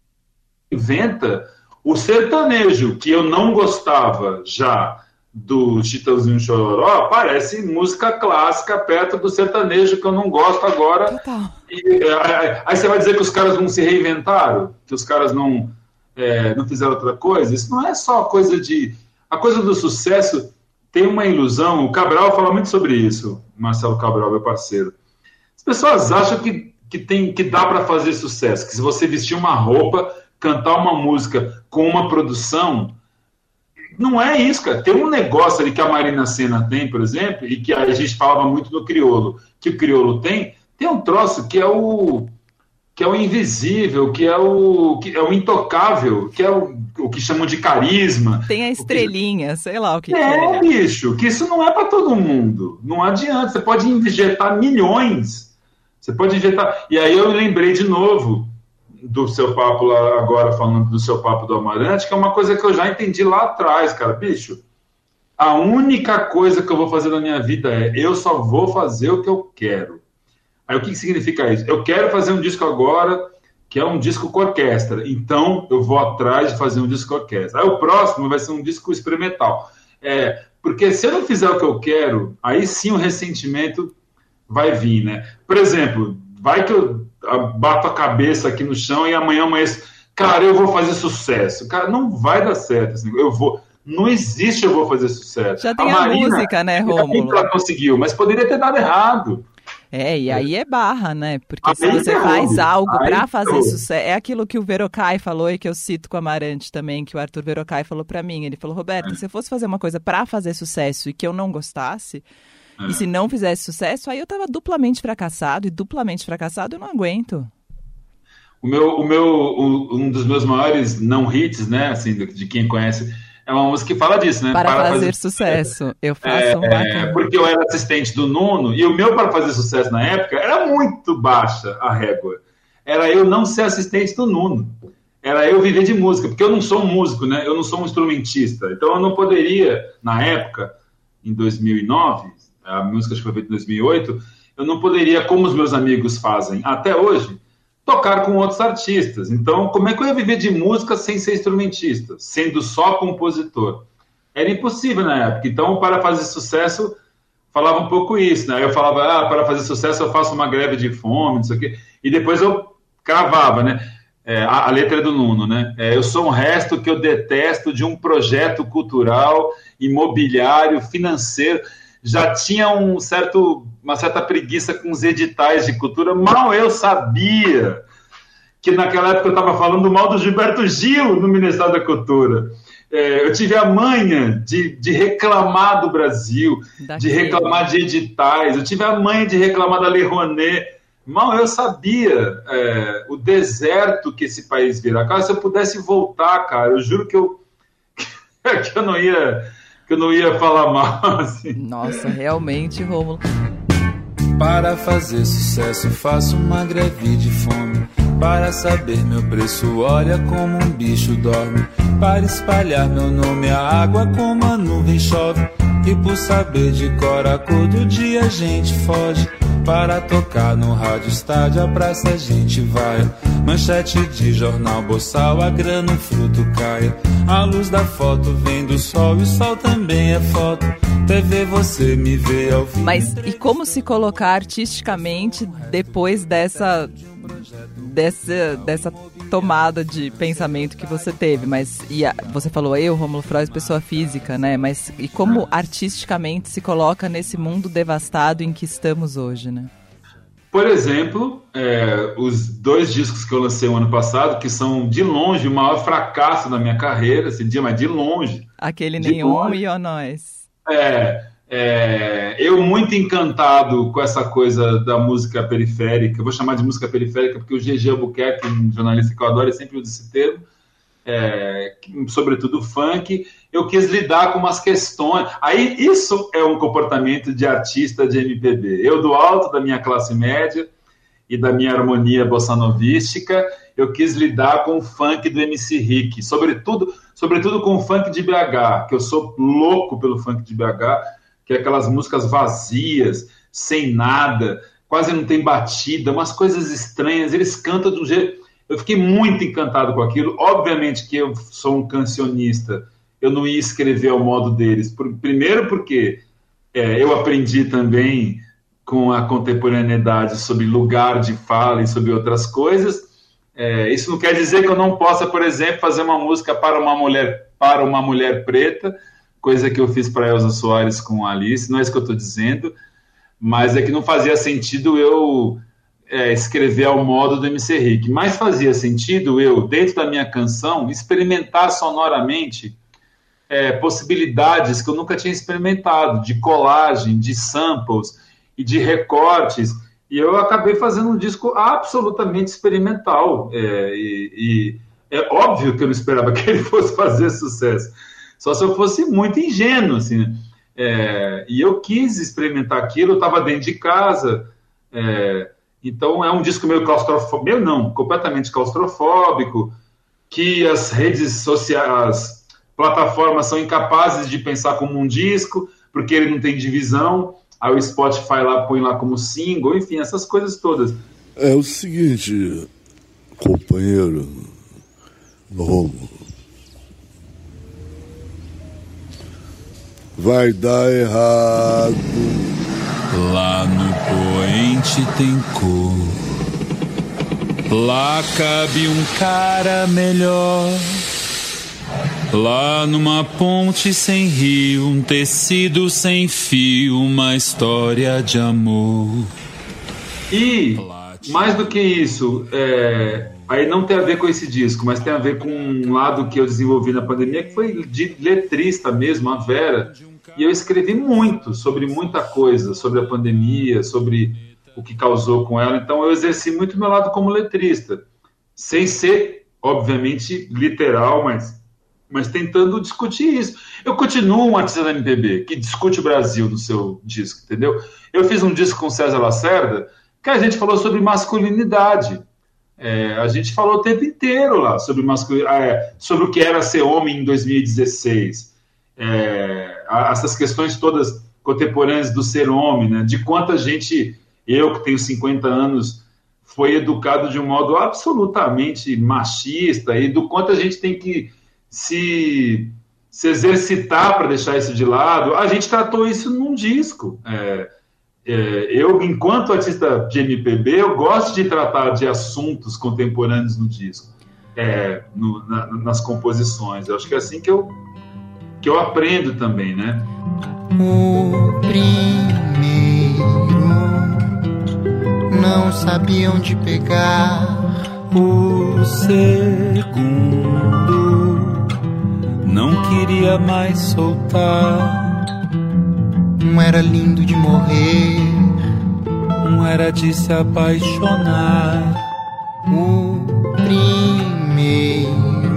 inventa. O sertanejo, que eu não gostava já do Chitãozinho Chororó, parece música clássica perto do sertanejo que eu não gosto agora. E, aí, aí você vai dizer que os caras não se reinventaram? Que os caras não, é, não fizeram outra coisa? Isso não é só coisa de... A coisa do sucesso... Tem uma ilusão, o Cabral fala muito sobre isso, Marcelo Cabral, meu parceiro. As pessoas acham que, que, tem, que dá para fazer sucesso, que se você vestir uma roupa, cantar uma música com uma produção, não é isso, cara. Tem um negócio ali que a Marina Sena tem, por exemplo, e que a gente falava muito no Criolo, que o Criolo tem, tem um troço que é o, que é o invisível, que é o, que é o intocável, que é o o que chamam de carisma. Tem a estrelinha, que... sei lá o que é. É, é, bicho, que isso não é para todo mundo. Não adianta. Você pode injetar milhões. Você pode injetar... E aí eu lembrei de novo do seu papo lá agora, falando do seu papo do Amarante, que é uma coisa que eu já entendi lá atrás, cara. Bicho, a única coisa que eu vou fazer na minha vida é eu só vou fazer o que eu quero. Aí o que, que significa isso? Eu quero fazer um disco agora... que é um disco com orquestra. Então, eu vou atrás de fazer um disco com orquestra. Aí o próximo vai ser um disco experimental. É, porque se eu não fizer o que eu quero, aí sim o ressentimento vai vir, né? Por exemplo, vai que eu bato a cabeça aqui no chão e amanhã amanhece, cara, eu vou fazer sucesso. Cara, não vai dar certo. Assim, eu vou... Não existe eu vou fazer sucesso. Já tem a, a Marina, música, né, Rômulo? Ela conseguiu, mas poderia ter dado errado. É, e aí é barra, né? Porque aí se você faz algo para fazer sucesso... É aquilo que o Verocai falou e que eu cito com o Amarante também, que o Arthur Verocai falou para mim. Ele falou, Roberto, é. se eu fosse fazer uma coisa para fazer sucesso e que eu não gostasse, é. e se não fizesse sucesso, aí eu tava duplamente fracassado, e duplamente fracassado eu não aguento. O meu, o meu, o, um dos meus maiores não hits, né, assim, de, de quem conhece, é uma música que fala disso, né? Para, para fazer, fazer sucesso, eu faço um bacana. É, porque eu era assistente do Nuno, e o meu Para Fazer Sucesso na época era muito baixa a régua. Era eu não ser assistente do Nuno. Era eu viver de música, porque eu não sou um músico, né? Eu não sou um instrumentista. Então eu não poderia, na época, em dois mil e nove, a música acho que foi feita em dois mil e oito, eu não poderia, como os meus amigos fazem até hoje, tocar com outros artistas. Então, como é que eu ia viver de música sem ser instrumentista, sendo só compositor? Era impossível na época. Então, Para Fazer Sucesso, falava um pouco isso, né? Eu falava, ah, para fazer sucesso eu faço uma greve de fome, não sei o quê. E depois eu cravava, né? É, a, a letra é do Nuno, né? É, eu sou um resto que eu detesto de um projeto cultural, imobiliário, financeiro. Já tinha um certo, uma certa preguiça com os editais de cultura. Mal eu sabia que naquela época eu estava falando mal do Gilberto Gil no Ministério da Cultura. É, eu tive a manha de, de reclamar do Brasil, Daqui. de reclamar de editais. Eu tive a manha de reclamar da Lei Rouanet. Mal eu sabia é, o deserto que esse país vira. Cara, se eu pudesse voltar, cara, eu juro que eu, que eu, não, ia, que eu não ia falar mal. Assim. Nossa, realmente, Rômulo. Para fazer sucesso, faço uma greve de fome. Para saber meu preço, olha como um bicho dorme. Para espalhar meu nome, a água como a nuvem chove. E por saber de cor a cor do dia a gente foge. Para tocar no rádio estádio, a praça a gente vai. Manchete de jornal, boçal, a grana, o fruto cai. A luz da foto vem do sol e o sol também é foto. T V você me vê ao vivo. Mas e como se colocar artisticamente depois dessa, dessa, dessa tomada de pensamento que você teve? Mas e a, você falou eu, Rômulo Frois, pessoa física, né? Mas e como artisticamente se coloca nesse mundo devastado em que estamos hoje, né? Por exemplo, é, os dois discos que eu lancei o ano passado, que são de longe o maior fracasso da minha carreira, assim, mas de longe. Aquele Nenhum e O Nós. É, é, eu muito encantado com essa coisa da música periférica, eu vou chamar de música periférica porque o G G Albuquerque, um jornalista que eu adoro, sempre usa esse termo, é, sobretudo funk. Eu quis lidar com umas questões, aí isso é um comportamento de artista de M P B. Eu, do alto da minha classe média e da minha harmonia bossanovística, eu quis lidar com o funk do M C Rick, sobretudo, sobretudo com o funk de B H, que eu sou louco pelo funk de B H, que é aquelas músicas vazias, sem nada, quase não tem batida, umas coisas estranhas, eles cantam de um jeito... Eu fiquei muito encantado com aquilo. Obviamente que eu sou um cancionista, eu não ia escrever ao modo deles. Por, primeiro porque é, eu aprendi também com a contemporaneidade sobre lugar de fala e sobre outras coisas. É, isso não quer dizer que eu não possa, por exemplo, fazer uma música para uma mulher, para uma mulher preta, coisa que eu fiz para Elza Soares com a Alice. Não é isso que eu estou dizendo, mas é que não fazia sentido eu é, escrever ao modo do M C Rick. Mas fazia sentido eu, dentro da minha canção, experimentar sonoramente é, possibilidades que eu nunca tinha experimentado, de colagem, de samples e de recortes. E eu acabei fazendo um disco absolutamente experimental. É, e, e é óbvio que eu não esperava que ele fosse fazer sucesso. Só se eu fosse muito ingênuo, assim, né? É, e eu quis experimentar aquilo, eu estava dentro de casa. É, então é um disco meio claustrofóbico, meu não, completamente claustrofóbico, que as redes sociais, as plataformas são incapazes de pensar como um disco, porque ele não tem divisão. Aí o Spotify lá põe lá como single, enfim, essas coisas todas. É o seguinte, companheiro Romulo, vai dar errado. Lá no poente tem cor, lá cabe um cara melhor. Lá numa ponte sem rio, um tecido sem fio, uma história de amor. E, mais do que isso, é, aí não tem a ver com esse disco, mas tem a ver com um lado que eu desenvolvi na pandemia, que foi de letrista mesmo, a Vera. E eu escrevi muito, sobre muita coisa, sobre a pandemia, sobre o que causou com ela. Então eu exerci muito meu lado como letrista, sem ser, obviamente, literal, mas mas tentando discutir isso. Eu continuo um artista da M P B que discute o Brasil no seu disco, entendeu? Eu fiz um disco com o César Lacerda que a gente falou sobre masculinidade. É, a gente falou o tempo inteiro lá sobre, masculin... é, sobre o que era ser homem em dois mil e dezesseis. É, essas questões todas contemporâneas do ser homem, né? De quanta gente, eu que tenho cinquenta anos, foi educado de um modo absolutamente machista e do quanto a gente tem que se, se exercitar para deixar isso de lado. A gente tratou isso num disco. É, é, eu, enquanto artista de M P B, eu gosto de tratar de assuntos contemporâneos no disco, é, no, na, nas composições. Eu acho que é assim que eu, que eu aprendo também, né? O primeiro não sabia onde pegar, o segundo não queria mais soltar. Um era lindo de morrer, um era de se apaixonar. O primeiro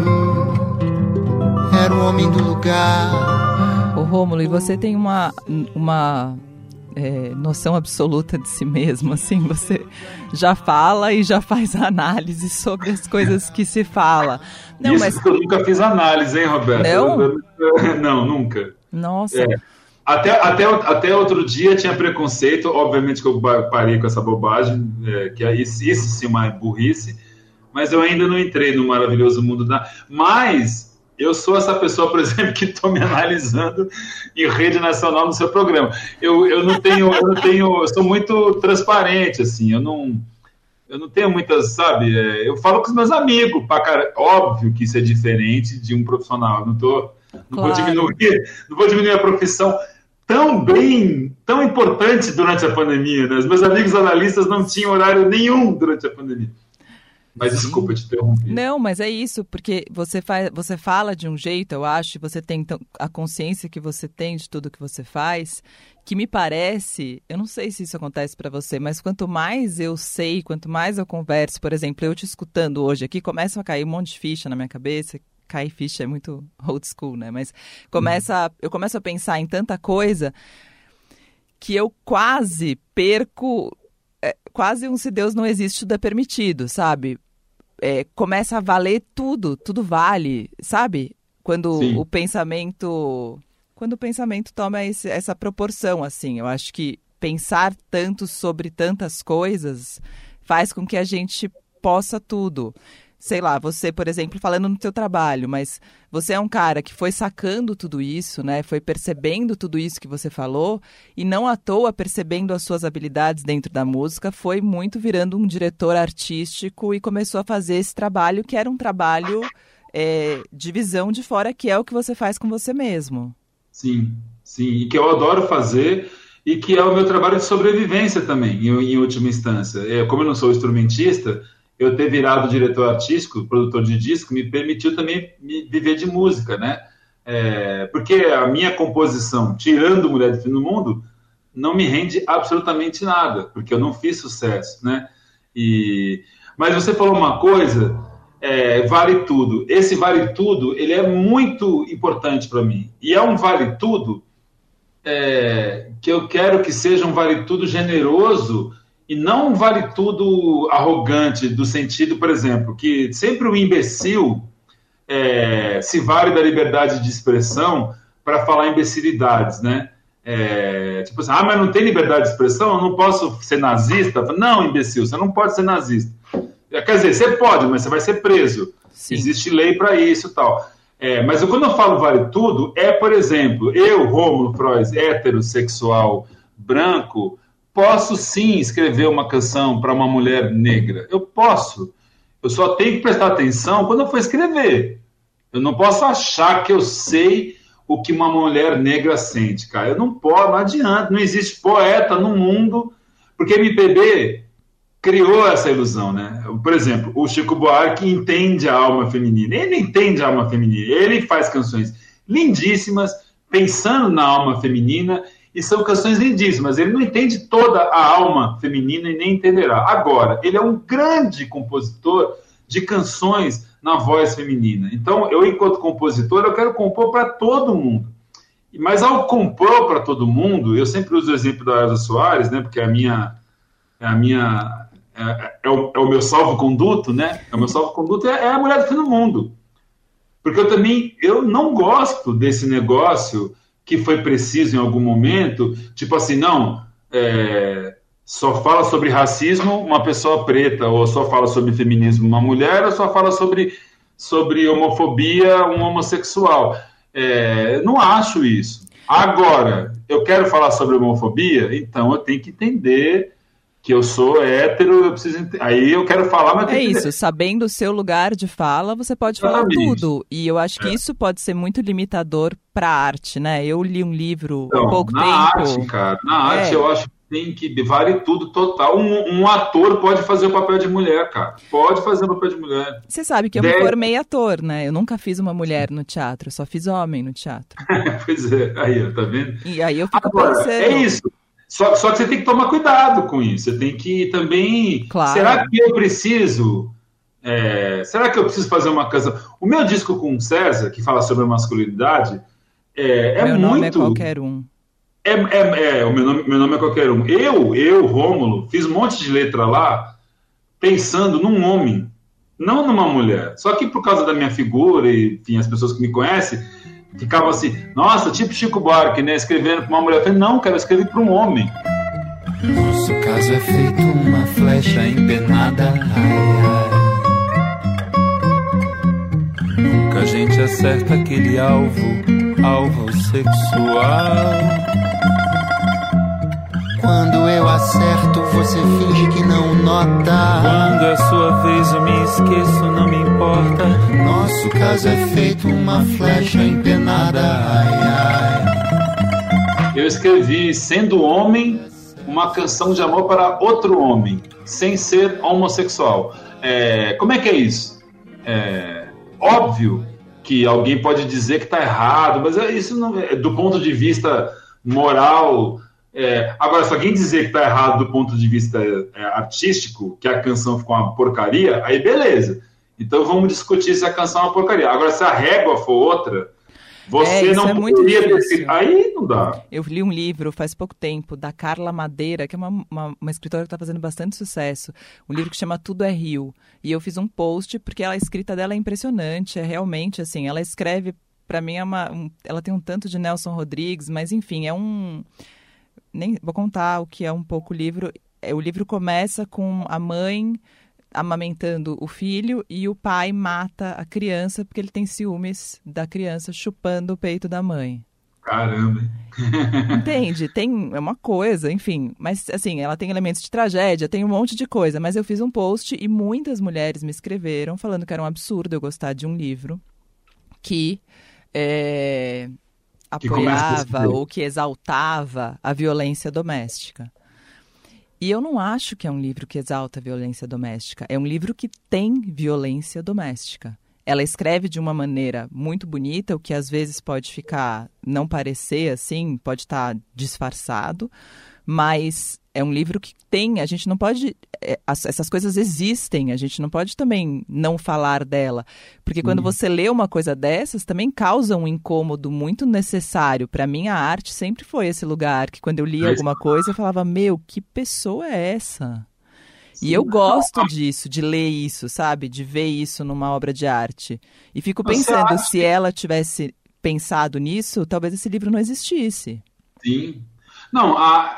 era o homem do lugar. Ô Rômulo, e você tem uma, uma é, noção absoluta de si mesmo, assim, você já fala e já faz análise sobre as coisas que se fala. Não, Isso mas... que eu nunca fiz análise, hein, Roberto? Não? Eu, eu, não, nunca. Nossa. É. Até, até, até outro dia tinha preconceito, obviamente que eu parei com essa bobagem, é, que é isso, isso sim uma burrice, mas eu ainda não entrei no maravilhoso mundo da... Mas eu sou essa pessoa, por exemplo, que estou me analisando em rede nacional no seu programa. Eu, eu não tenho, eu não tenho, eu sou muito transparente, assim, eu não, eu não tenho muitas, sabe, é, eu falo com os meus amigos, pra cara, óbvio que isso é diferente de um profissional, eu não tô, não claro. vou diminuir, não vou diminuir a profissão tão bem, tão importante durante a pandemia, né? Os meus amigos analistas não tinham horário nenhum durante a pandemia. Mas desculpa te interromper. Não, mas é isso, porque você, faz, você fala de um jeito, eu acho, você tem a consciência que você tem de tudo que você faz, que me parece, eu não sei se isso acontece para você, mas quanto mais eu sei, quanto mais eu converso, por exemplo, eu te escutando hoje aqui, começa a cair um monte de ficha na minha cabeça. Cair ficha é muito old school, né? Mas começa, eu começo a pensar em tanta coisa que eu quase perco... É, quase um se Deus não existe, tudo é permitido, sabe? É, começa a valer tudo, tudo vale, sabe? Quando Sim. o pensamento... Quando o pensamento toma esse, essa proporção, assim. Eu acho que pensar tanto sobre tantas coisas faz com que a gente possa tudo. Sei lá, você, por exemplo, falando no teu trabalho, mas você é um cara que foi sacando tudo isso, né? Foi percebendo tudo isso que você falou e não à toa percebendo as suas habilidades dentro da música, foi muito virando um diretor artístico e começou a fazer esse trabalho que era um trabalho é, de visão de fora, que é o que você faz com você mesmo. Sim, sim, e que eu adoro fazer e que é o meu trabalho de sobrevivência também, em, em última instância. É, como eu não sou instrumentista, eu ter virado diretor artístico, produtor de disco, me permitiu também me viver de música, né? É, porque a minha composição, tirando Mulher do Fim do Mundo, não me rende absolutamente nada, porque eu não fiz sucesso, né? E, mas você falou uma coisa, é, vale tudo. Esse vale tudo, ele é muito importante para mim. E é um vale tudo é, que eu quero que seja um vale tudo generoso, e não um vale tudo arrogante, do sentido, por exemplo, que sempre o imbecil é, se vale da liberdade de expressão para falar imbecilidades, né? É, tipo assim, ah, mas não tem liberdade de expressão? Eu não posso ser nazista? Não, imbecil, você não pode ser nazista. Quer dizer, você pode, mas você vai ser preso. Sim. Existe lei para isso e tal. É, mas quando eu falo vale tudo, é, por exemplo, eu, Rômulo Frois, heterossexual, branco, posso sim escrever uma canção para uma mulher negra. Eu posso. Eu só tenho que prestar atenção quando eu for escrever. Eu não posso achar que eu sei o que uma mulher negra sente, cara. Eu não posso, não adianta. Não existe poeta no mundo, porque M P B criou essa ilusão, né? Por exemplo, o Chico Buarque entende a alma feminina. Ele entende a alma feminina. Ele faz canções lindíssimas, pensando na alma feminina, e são canções lindíssimas. Ele não entende toda a alma feminina e nem entenderá. Agora, ele é um grande compositor de canções na voz feminina. Então, eu, enquanto compositor, eu quero compor para todo mundo. Mas ao compor para todo mundo, eu sempre uso o exemplo da Elza Soares, né, porque é a minha, é, a minha, é, é, o, é o meu salvo-conduto, né? É o meu salvo-conduto, é, é a mulher do fim do mundo. Porque eu também, eu não gosto desse negócio que foi preciso em algum momento, tipo assim, não, é, só fala sobre racismo uma pessoa preta, ou só fala sobre feminismo uma mulher, ou só fala sobre, sobre homofobia um homossexual. É, não acho isso. Agora, eu quero falar sobre homofobia, então eu tenho que entender que eu sou hétero, eu preciso ent... aí eu quero falar, mas é isso, sabendo o seu lugar de fala, você pode falar tudo. E eu acho que é. isso pode ser muito limitador para a arte, né? Eu li um livro então, há pouco na tempo. Arte, cara, na é. arte eu acho que tem que vale tudo total. Um, um ator pode fazer o papel de mulher, cara. Pode fazer o papel de mulher. Você sabe que eu Deve... me formei ator, né? Eu nunca fiz uma mulher no teatro, eu só fiz homem no teatro. Pois é, aí, ó, tá vendo? E aí eu fico Agora, pensando... É isso. Só, só que você tem que tomar cuidado com isso. Você tem que também... Claro. Será que eu preciso... É, será que eu preciso fazer uma canção? O meu disco com o César, que fala sobre a masculinidade, é, é meu muito... Meu nome é qualquer um. É, é, é, o meu nome, meu nome é qualquer um. Eu, eu, Rômulo, fiz um monte de letra lá pensando num homem, não numa mulher. Só que por causa da minha figura e, enfim, as pessoas que me conhecem, ficavam assim, nossa, tipo Chico Buarque, né, escrevendo para uma mulher. Eu falei, não, cara, eu escrevi para um homem. Nosso caso é feito uma flecha empenada, ai, ai. Nunca a gente acerta aquele alvo, alvo sexual. Quando eu acerto, você finge que não nota. Quando é sua vez, eu me esqueço, não me importa. Nosso caso é feito uma flecha empenada, ai, ai. Eu escrevi, sendo homem, uma canção de amor para outro homem, sem ser homossexual. É, como é que é isso? É óbvio que alguém pode dizer que está errado, mas isso não é, do ponto de vista moral... É, agora, se alguém dizer que está errado do ponto de vista é, artístico, que a canção ficou uma porcaria, aí beleza. Então vamos discutir se a canção é uma porcaria. Agora, se a régua for outra, você é, não é poderia ter... Aí não dá. Eu li um livro faz pouco tempo, da Carla Madeira, que é uma, uma, uma escritora que está fazendo bastante sucesso. Um livro que chama Tudo é Rio. E eu fiz um post, porque a escrita dela é impressionante. É realmente, assim, ela escreve... Para mim, é uma, um, ela tem um tanto de Nelson Rodrigues, mas enfim, é um... Nem vou contar o que é um pouco o livro. O livro começa com a mãe amamentando o filho e o pai mata a criança porque ele tem ciúmes da criança chupando o peito da mãe. Caramba! Entende? Tem é uma coisa, enfim. Mas, assim, ela tem elementos de tragédia, tem um monte de coisa. Mas eu fiz um post e muitas mulheres me escreveram falando que era um absurdo eu gostar de um livro que... É... apoiava ou que exaltava a violência doméstica. E eu não acho que é um livro que exalta a violência doméstica. É um livro que tem violência doméstica. Ela escreve de uma maneira muito bonita, o que às vezes pode ficar, não parecer assim, pode estar disfarçado, mas é um livro que tem, a gente não pode, é, as, essas coisas existem, a gente não pode também não falar dela, porque quando hum. você lê uma coisa dessas, também causa um incômodo muito necessário. Para mim, a arte sempre foi esse lugar que quando eu lia alguma coisa, eu falava, meu, que pessoa é essa? Sim. E eu gosto disso, de ler isso, sabe? De ver isso numa obra de arte. E fico pensando, se que... ela tivesse pensado nisso, talvez esse livro não existisse. Sim. Não, a...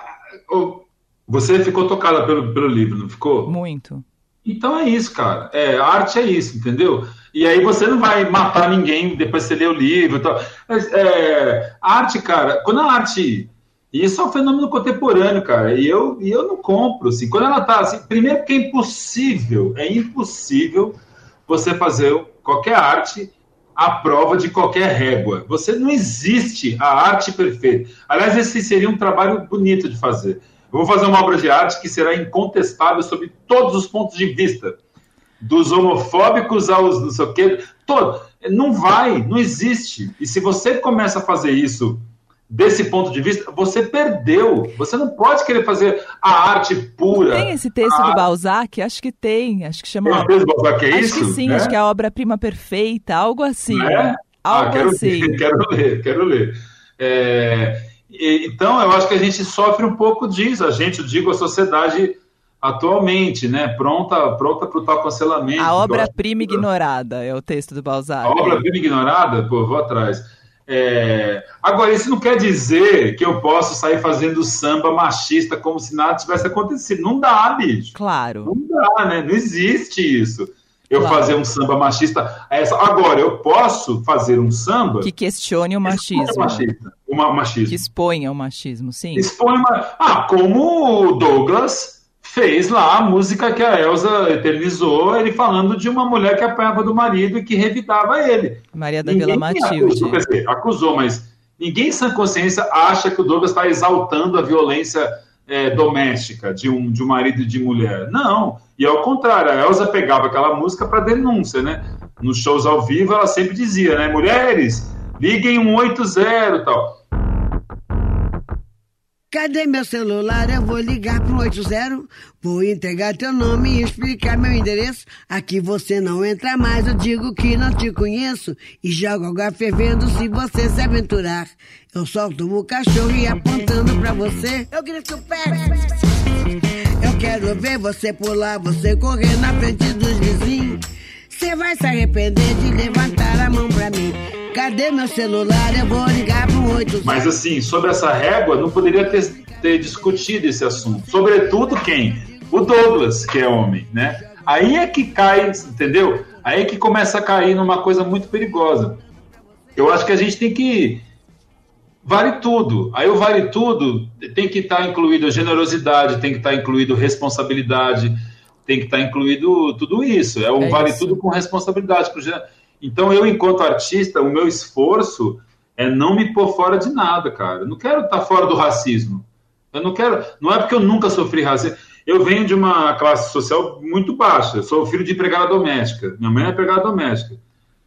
Você ficou tocada pelo, pelo livro, não ficou? Muito. Então é isso, cara. É, a arte é isso, entendeu? E aí você não vai matar ninguém depois que você lê o livro e tal. Mas, é, a arte, cara, quando a arte... Isso é um fenômeno contemporâneo, cara. E eu, e eu não compro, assim. Quando ela tá assim... Primeiro porque é impossível, é impossível você fazer qualquer arte à prova de qualquer régua. Você não existe a arte perfeita. Aliás, esse seria um trabalho bonito de fazer. Eu vou fazer uma obra de arte que será incontestável sob todos os pontos de vista. Dos homofóbicos aos não sei o quê. Todo. Não vai, não existe. E se você começa a fazer isso desse ponto de vista, você perdeu. Você não pode querer fazer a arte pura. Tem esse texto a... do Balzac? Acho que tem. Acho que chama... Tem o texto do Balzac, é acho isso? Acho que sim, né? acho que é a obra-prima perfeita, algo assim. É? Algo ah, quero assim. Ler, quero ler, quero ler. É... E, então, eu acho que a gente sofre um pouco disso. A gente, eu digo, a sociedade atualmente, né? Pronta, pronta para o tal cancelamento. A obra-prima ignorada é o texto do Balzac. A obra-prima ignorada? Pô, vou atrás. É... Agora, isso não quer dizer que eu posso sair fazendo samba machista como se nada tivesse acontecido. Não dá, bicho. Claro. Não dá, né? Não existe isso. Eu claro. fazer um samba machista. Agora, eu posso fazer um samba... Que questione o machismo. Que machista. Uma, machismo. Que exponha o machismo, sim. Expõe uma... Ah, como o Douglas fez lá a música que a Elza eternizou, ele falando de uma mulher que apanhava do marido e que revidava ele. Maria da Vila Matilde. Acusou, quer dizer, acusou, mas ninguém em sã consciência acha que o Douglas está exaltando a violência é, doméstica de um, de um marido e de mulher. Não. E ao contrário, a Elza pegava aquela música para denúncia, né? Nos shows ao vivo ela sempre dizia, né? Mulheres, liguem um oito zero e tal. Cadê meu celular? Eu vou ligar pro oito zero. Vou entregar teu nome e explicar meu endereço. Aqui você não entra mais, eu digo que não te conheço. E jogo água fervendo se você se aventurar. Eu solto o cachorro e apontando pra você, eu grito perto. Eu quero ver você pular, você correr na frente dos vizinhos. Você vai se arrepender de levantar a mão pra mim. Cadê meu celular? Eu vou ligar pro oito zero. Mas assim, sobre essa régua, não poderia ter, ter discutido esse assunto. Sobretudo quem? O Douglas, que é homem, né? Aí é que cai, entendeu? Aí é que começa a cair numa coisa muito perigosa. Eu acho que a gente tem que... Vale tudo. Aí o vale tudo tem que estar incluído a generosidade, tem que estar incluído responsabilidade, tem que estar incluído tudo isso. É um é vale isso. Tudo com responsabilidade. Então eu, enquanto artista, o meu esforço é não me pôr fora de nada, cara. Eu não quero estar fora do racismo. Eu não quero... Não é porque eu nunca sofri racismo. Eu venho de uma classe social muito baixa. Eu sou filho de empregada doméstica. Minha mãe é empregada doméstica.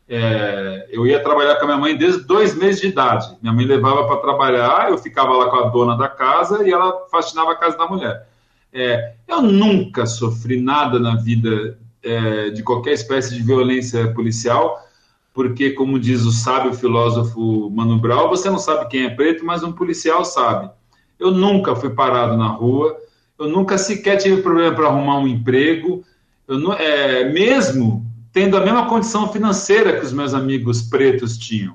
É, eu ia trabalhar com a minha mãe desde dois meses de idade. Minha mãe levava para trabalhar, eu ficava lá com a dona da casa e ela faxinava a casa da mulher. É, eu nunca sofri nada na vida é, de qualquer espécie de violência policial, porque, como diz o sábio filósofo Mano Brown, você não sabe quem é preto, mas um policial sabe. Eu nunca fui parado na rua, eu nunca sequer tive problema para arrumar um emprego, eu não, é, mesmo... tendo a mesma condição financeira que os meus amigos pretos tinham.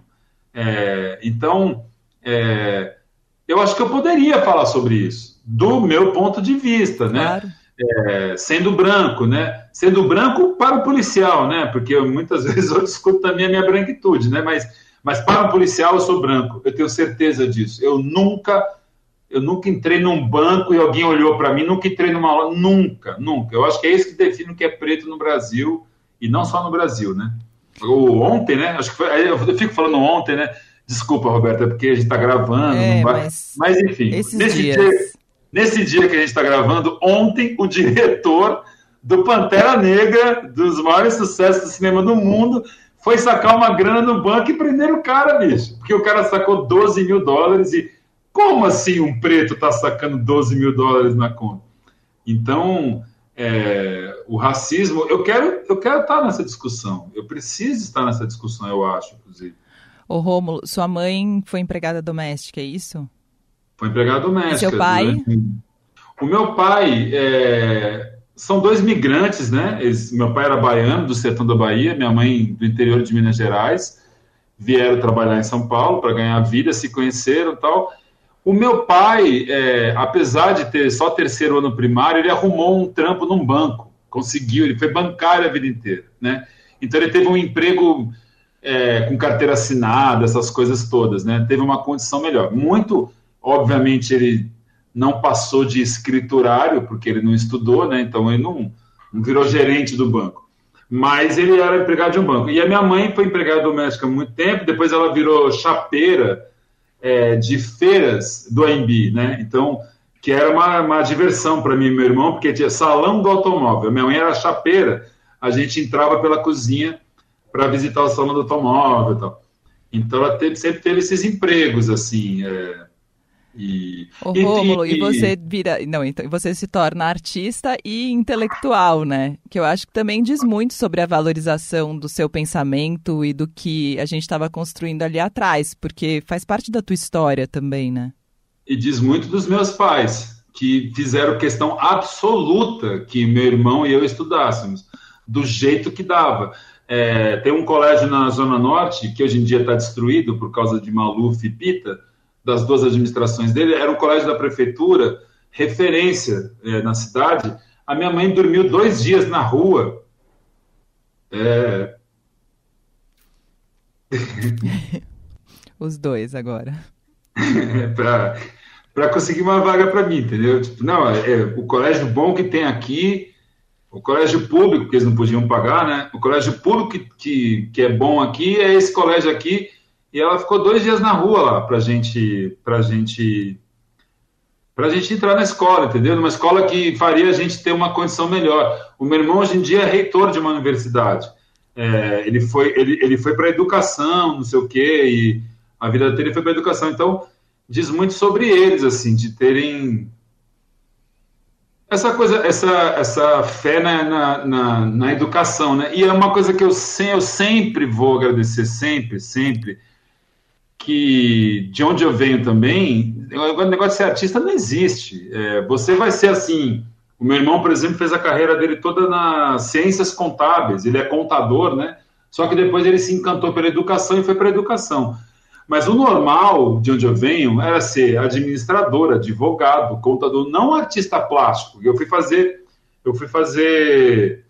É, então, é, eu acho que eu poderia falar sobre isso, do meu ponto de vista, né? Claro. É, sendo branco, né? Sendo branco para o policial, né? Porque eu, muitas vezes eu discuto também a minha branquitude, né? Mas, mas para o policial eu sou branco, eu tenho certeza disso. Eu nunca, eu nunca entrei num banco e alguém olhou para mim, nunca entrei numa aula, nunca, nunca. Eu acho que é isso que define o que é preto no Brasil. E não só no Brasil, né? O, ontem, né? Acho que foi, eu fico falando ontem, né? Desculpa, Roberta, porque a gente está gravando. É, não vai... mas, mas, enfim, nesse dias... dia, nesse dia que a gente está gravando, ontem o diretor do Pantera Negra, dos maiores sucessos do cinema do mundo, foi sacar uma grana no banco e prender o cara, bicho. Porque o cara sacou doze mil dólares e... Como assim um preto está sacando doze mil dólares na conta? Então... É, o racismo, eu quero, eu quero estar nessa discussão, eu preciso estar nessa discussão, eu acho, inclusive. Ô Rômulo, sua mãe foi empregada doméstica, é isso? Foi empregada doméstica. E seu pai? Durante... O meu pai, é... são dois migrantes, né? Eles... Meu pai era baiano, do sertão da Bahia, minha mãe do interior de Minas Gerais, vieram trabalhar em São Paulo para ganhar vida, se conheceram e tal. O meu pai, é, apesar de ter só terceiro ano primário, ele arrumou um trampo num banco, conseguiu, ele foi bancário a vida inteira, né? Então ele teve um emprego é, com carteira assinada, essas coisas todas, né? Teve uma condição melhor. Muito, obviamente, ele não passou de escriturário, porque ele não estudou, né? Então ele não, não virou gerente do banco. Mas ele era empregado de um banco. E a minha mãe foi empregada doméstica há muito tempo, depois ela virou chapeira, É, de feiras do A M B, né? Então, que era uma, uma diversão para mim e meu irmão, porque tinha salão do automóvel. Minha mãe era chapeira, a gente entrava pela cozinha para visitar o salão do automóvel e tal. Então ela teve, sempre teve esses empregos, assim. É, e, Ô, e, Rômulo, e, e você vira. Não, então você se torna artista e intelectual, né? Que eu acho que também diz muito sobre a valorização do seu pensamento e do que a gente estava construindo ali atrás, porque faz parte da tua história também, né? E diz muito dos meus pais, que fizeram questão absoluta que meu irmão e eu estudássemos, do jeito que dava. É, tem um colégio na Zona Norte, que hoje em dia está destruído por causa de Maluf e Pita, das duas administrações dele, era um colégio da prefeitura, referência é, na cidade. A minha mãe dormiu dois dias na rua. É... Os dois agora. para conseguir uma vaga para mim, entendeu? Tipo, não, é, o colégio bom que tem aqui, o colégio público, que eles não podiam pagar, né? O colégio público que, que, que é bom aqui é esse colégio aqui. E ela ficou dois dias na rua lá pra gente, pra gente, pra gente entrar na escola, entendeu? Numa escola que faria a gente ter uma condição melhor. O meu irmão hoje em dia é reitor de uma universidade. É, ele foi, ele, ele foi para educação, não sei o quê, e a vida dele foi para educação. Então diz muito sobre eles, assim, de terem essa coisa, essa, essa fé na, na, na, na educação, né? E é uma coisa que eu, se, eu sempre vou agradecer, sempre, sempre. Que de onde eu venho também, o negócio de ser artista não existe. É, você vai ser assim. O meu irmão, por exemplo, fez a carreira dele toda nas ciências contábeis. Ele é contador, né? Só que depois ele se encantou pela educação e foi para a educação. Mas o normal, de onde eu venho, era ser administrador, advogado, contador, não artista plástico. Eu fui fazer, eu fui fazer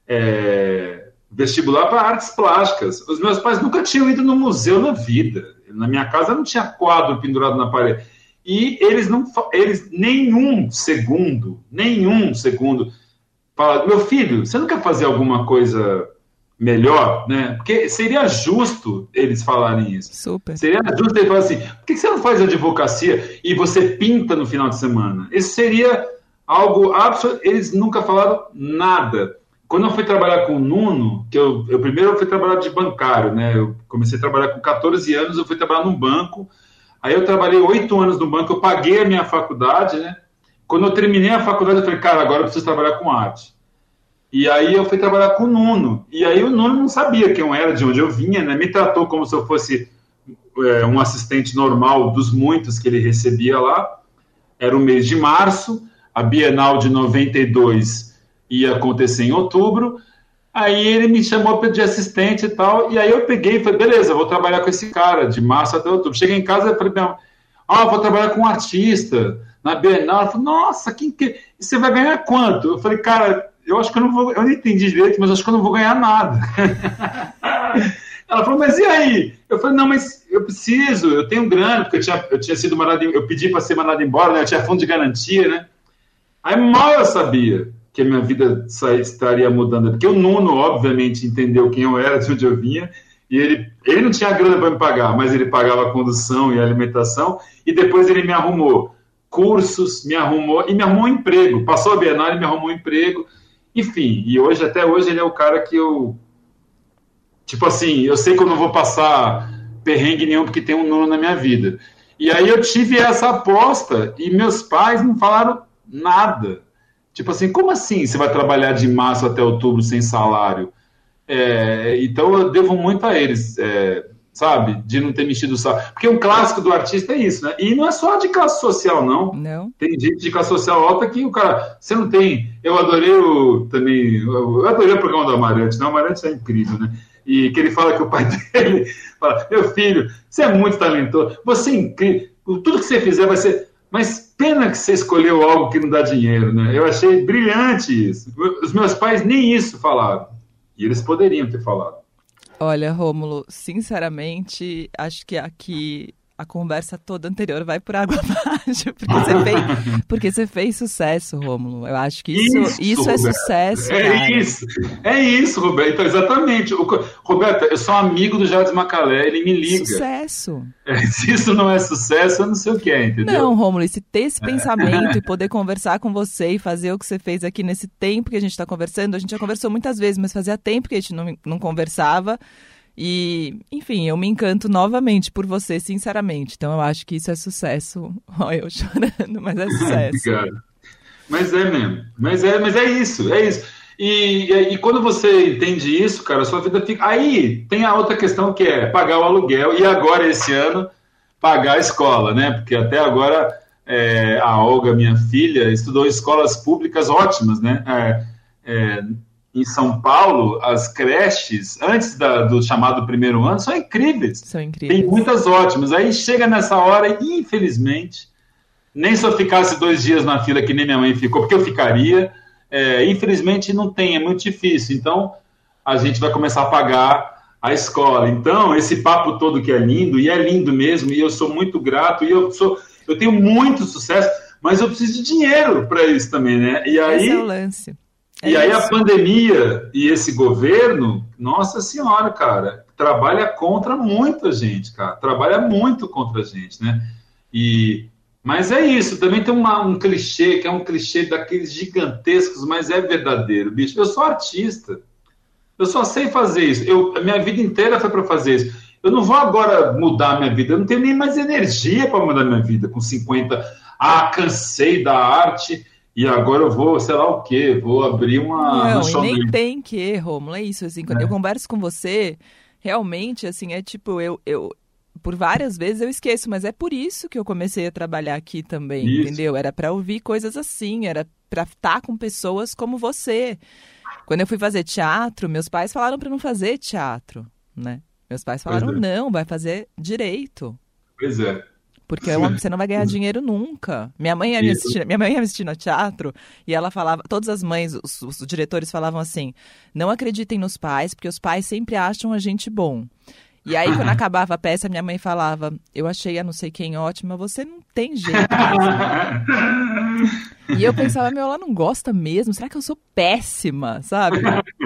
é, vestibular para artes plásticas. Os meus pais nunca tinham ido no museu na vida. Na minha casa não tinha quadro pendurado na parede. E eles não, eles nenhum segundo, nenhum segundo, falaram, meu filho, você não quer fazer alguma coisa melhor, né? Porque seria justo eles falarem isso. Super. Seria justo eles falarem assim, por que você não faz advocacia e você pinta no final de semana? Isso seria algo absoluto. Eles nunca falaram nada. Quando eu fui trabalhar com o Nuno, que eu, eu primeiro eu fui trabalhar de bancário, né? Eu comecei a trabalhar com catorze anos, eu fui trabalhar num banco. Aí eu trabalhei oito anos no banco, eu paguei a minha faculdade, né? Quando eu terminei a faculdade, eu falei, cara, agora eu preciso trabalhar com arte. E aí eu fui trabalhar com o Nuno. E aí o Nuno não sabia quem eu era, de onde eu vinha, né? Me tratou como se eu fosse é, um assistente normal dos muitos que ele recebia lá. Era o mês de março, a Bienal de noventa e dois ia acontecer em outubro. Aí ele me chamou de assistente e tal, e aí eu peguei e falei, beleza, eu vou trabalhar com esse cara, de março até outubro. Cheguei em casa e falei, ah, vou trabalhar com um artista na Bienal. Ela falou, nossa, quem que... E você vai ganhar quanto? Eu falei, cara, eu acho que eu não vou... Eu não entendi direito, mas eu acho que eu não vou ganhar nada. Ela falou, mas e aí? Eu falei, não, mas eu preciso, eu tenho grana, porque eu tinha, eu tinha sido mandado, eu pedi para ser mandado embora, né? Eu tinha fundo de garantia, né? Aí mal eu sabia que a minha vida estaria mudando, porque o Nuno, obviamente, entendeu quem eu era, de onde eu vinha, e ele, ele não tinha grana para me pagar, mas ele pagava a condução e a alimentação, e depois ele me arrumou cursos, me arrumou, e me arrumou um emprego, passou a Bienal e me arrumou um emprego, enfim, e hoje, até hoje, ele é o cara que eu, tipo assim, eu sei que eu não vou passar perrengue nenhum, porque tem um Nuno na minha vida, e aí eu tive essa aposta, e meus pais não falaram nada. Tipo assim, como assim você vai trabalhar de março até outubro sem salário? É, então eu devo muito a eles, é, sabe? De não ter mexido o salário. Porque um clássico do artista é isso, né? E não é só de classe social, não. Não. Tem gente de classe social alta que o cara... Você não tem... Eu adorei o... Também... Eu adorei o programa do Amarante, né? O Amarante é incrível, né? E que ele fala que o pai dele fala, meu filho, você é muito talentoso, você é incrível, tudo que você fizer vai ser... Mas pena que você escolheu algo que não dá dinheiro, né? Eu achei brilhante isso. Os meus pais nem isso falaram. E eles poderiam ter falado. Olha, Rômulo, sinceramente, acho que aqui a conversa toda anterior vai por água abaixo. Porque você fez, porque você fez sucesso, Rômulo. Eu acho que isso, isso, isso é sucesso, É cara. isso, é isso, Roberto. Então, exatamente. O, Roberto, eu sou amigo do Jardim Macalé, ele me liga. Sucesso. É, se isso não é sucesso, eu não sei o que é, entendeu? Não, Rômulo, e se ter esse pensamento e poder conversar com você e fazer o que você fez aqui nesse tempo que a gente está conversando, a gente já conversou muitas vezes, mas fazia tempo que a gente não, não conversava. E, enfim, eu me encanto novamente por você, sinceramente. Então eu acho que isso é sucesso. Olha, eu chorando, mas é sucesso. Obrigado. Mas é mesmo. Mas é, mas é isso, é isso. E, e, e quando você entende isso, cara, a sua vida fica... Aí tem a outra questão que é pagar o aluguel e agora, esse ano, pagar a escola, né? Porque até agora é, a Olga, minha filha, estudou em escolas públicas ótimas, né? É, é, em São Paulo, as creches, antes da, do chamado primeiro ano, são incríveis. São incríveis. Tem muitas ótimas. Aí chega nessa hora e, infelizmente, nem se eu ficasse dois dias na fila que nem minha mãe ficou, porque eu ficaria, é, infelizmente não tem, é muito difícil. Então, a gente vai começar a pagar a escola. Então, esse papo todo que é lindo, e é lindo mesmo, e eu sou muito grato, e eu, sou, eu tenho muito sucesso, mas eu preciso de dinheiro para isso também, né? E aí, esse é o lance. É e aí isso. A pandemia e esse governo, nossa senhora, cara, trabalha contra muita gente, cara. Trabalha muito contra a gente, né? E, mas é isso, também tem uma, um clichê, que é um clichê daqueles gigantescos, mas é verdadeiro, bicho. Eu sou artista. Eu só sei fazer isso. Eu, a minha vida inteira foi para fazer isso. Eu não vou agora mudar a minha vida. Eu não tenho nem mais energia para mudar a minha vida com cinquenta. Ah, cansei da arte... E agora eu vou, sei lá o quê, vou abrir uma... Não, e nem tem que, Rômulo, é isso, assim, quando é. eu converso com você, realmente, assim, é tipo, eu, eu, por várias vezes eu esqueço, mas é por isso que eu comecei a trabalhar aqui também, isso. Entendeu? Era para ouvir coisas assim, era para estar com pessoas como você. Quando eu fui fazer teatro, meus pais falaram para não fazer teatro, né? Meus pais falaram, é. não, vai fazer direito. Pois é. Porque você não vai ganhar dinheiro nunca. Minha mãe ia me assistir, minha mãe ia me assistir no teatro e ela falava, todas as mães, os, os diretores falavam assim, não acreditem nos pais, porque os pais sempre acham a gente bom. E aí, quando acabava a peça, minha mãe falava, eu achei a não sei quem ótima, você não tem jeito. E eu pensava, meu, ela não gosta mesmo, será que eu sou péssima, sabe?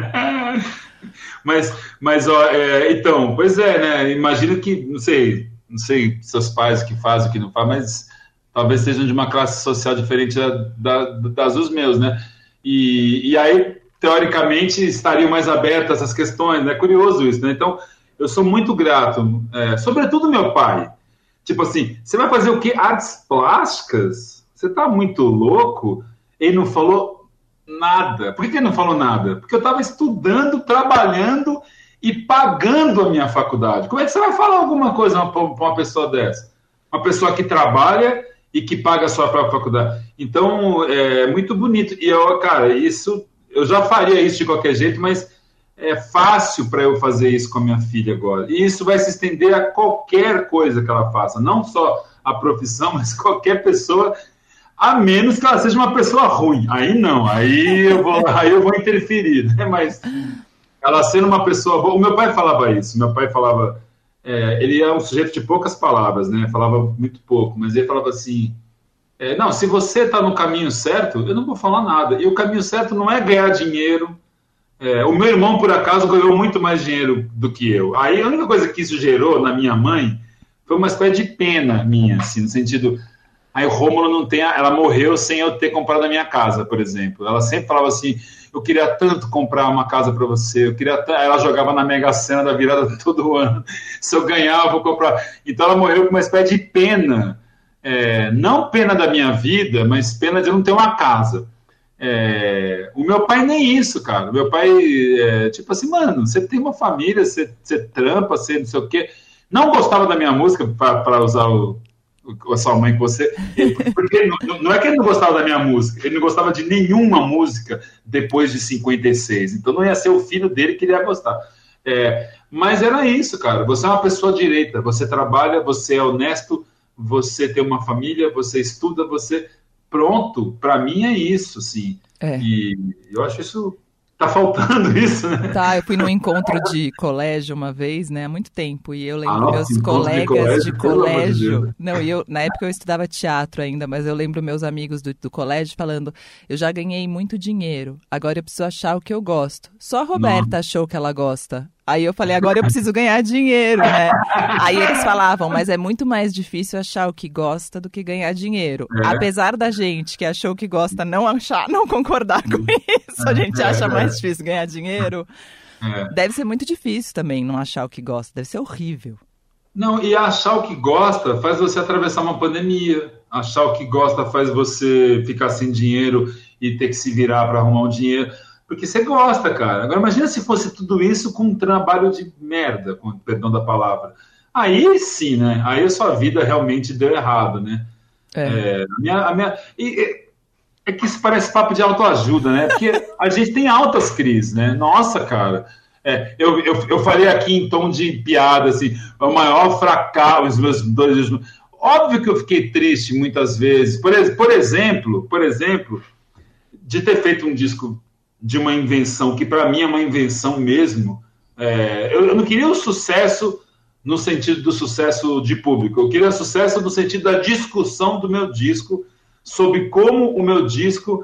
Mas, mas ó, é, então, pois é, né, imagino que, não sei... Não sei seus pais que fazem, o que não fazem, mas talvez sejam de uma classe social diferente da, da, das dos meus, né? E, e aí, teoricamente, estariam mais abertas essas questões, né? É curioso isso, né? Então, eu sou muito grato, é, sobretudo meu pai. Tipo assim, você vai fazer o quê? Artes plásticas? Você tá muito louco? Ele não falou nada. Por que ele não falou nada? Porque eu estava estudando, trabalhando... e pagando a minha faculdade. Como é que você vai falar alguma coisa para uma pessoa dessa? Uma pessoa que trabalha e que paga a sua própria faculdade. Então, é muito bonito. E, eu, cara, isso... Eu já faria isso de qualquer jeito, mas é fácil para eu fazer isso com a minha filha agora. E isso vai se estender a qualquer coisa que ela faça. Não só a profissão, mas qualquer pessoa... A menos que ela seja uma pessoa ruim. Aí não. Aí eu vou, aí eu vou interferir, né? Mas... ela sendo uma pessoa boa... O meu pai falava isso. Meu pai falava... É, ele é um sujeito de poucas palavras, né? Falava muito pouco. Mas ele falava assim... É, não, se você está no caminho certo, eu não vou falar nada. E o caminho certo não é ganhar dinheiro. É, o meu irmão, por acaso, ganhou muito mais dinheiro do que eu. Aí a única coisa que isso gerou na minha mãe foi uma espécie de pena minha, assim, no sentido... Aí o Rômulo não tem... A, ela morreu sem eu ter comprado a minha casa, por exemplo. Ela sempre falava assim... Eu queria tanto comprar uma casa para você, eu queria t... ela jogava na Mega Sena da virada todo ano, se eu ganhar eu vou comprar. Então ela morreu com uma espécie de pena, é, não pena da minha vida, mas pena de eu não ter uma casa. É, o meu pai nem isso, cara. O meu pai, é, tipo assim, mano, você tem uma família, você, você trampa, você não sei o quê. Não gostava da minha música, para usar o a sua mãe com você, porque não, não é que ele não gostava da minha música, ele não gostava de nenhuma música depois de cinquenta e seis, então não ia ser o filho dele que ele ia gostar. É, mas era isso, cara, você é uma pessoa direita, você trabalha, você é honesto, você tem uma família, você estuda, você... Pronto, pra mim é isso, sim. É. E eu acho isso... Tá faltando isso, né? Tá, eu fui num encontro de colégio uma vez, né? Há muito tempo. E eu lembro ah, meus colegas de colégio. De colégio de não, e eu, na época eu estudava teatro ainda, mas eu lembro meus amigos do, do colégio falando: eu já ganhei muito dinheiro, agora eu preciso achar o que eu gosto. Só a Roberta não. achou que ela gosta. Aí eu falei, agora eu preciso ganhar dinheiro, né? Aí eles falavam, mas é muito mais difícil achar o que gosta do que ganhar dinheiro. É. Apesar da gente que achou o que gosta não achar, não concordar com isso, a gente acha mais difícil ganhar dinheiro. É. Deve ser muito difícil também não achar o que gosta, deve ser horrível. Não, e achar o que gosta faz você atravessar uma pandemia. Achar o que gosta faz você ficar sem dinheiro e ter que se virar para arrumar um dinheiro. Porque você gosta, cara. Agora, imagina se fosse tudo isso com um trabalho de merda, com perdão da palavra. Aí sim, né? Aí a sua vida realmente deu errado, né? É. É, a minha, a minha, e, é que isso parece papo de autoajuda, né? Porque a gente tem altas crises, né? Nossa, cara... É, eu, eu, eu falei aqui em tom de piada, assim, o maior fracasso, os meus dois... Óbvio que eu fiquei triste muitas vezes. Por, por exemplo, por exemplo, de ter feito um disco de uma invenção, que para mim é uma invenção mesmo. É, eu, eu não queria o sucesso no sentido do sucesso de público, eu queria o sucesso no sentido da discussão do meu disco, sobre como o meu disco...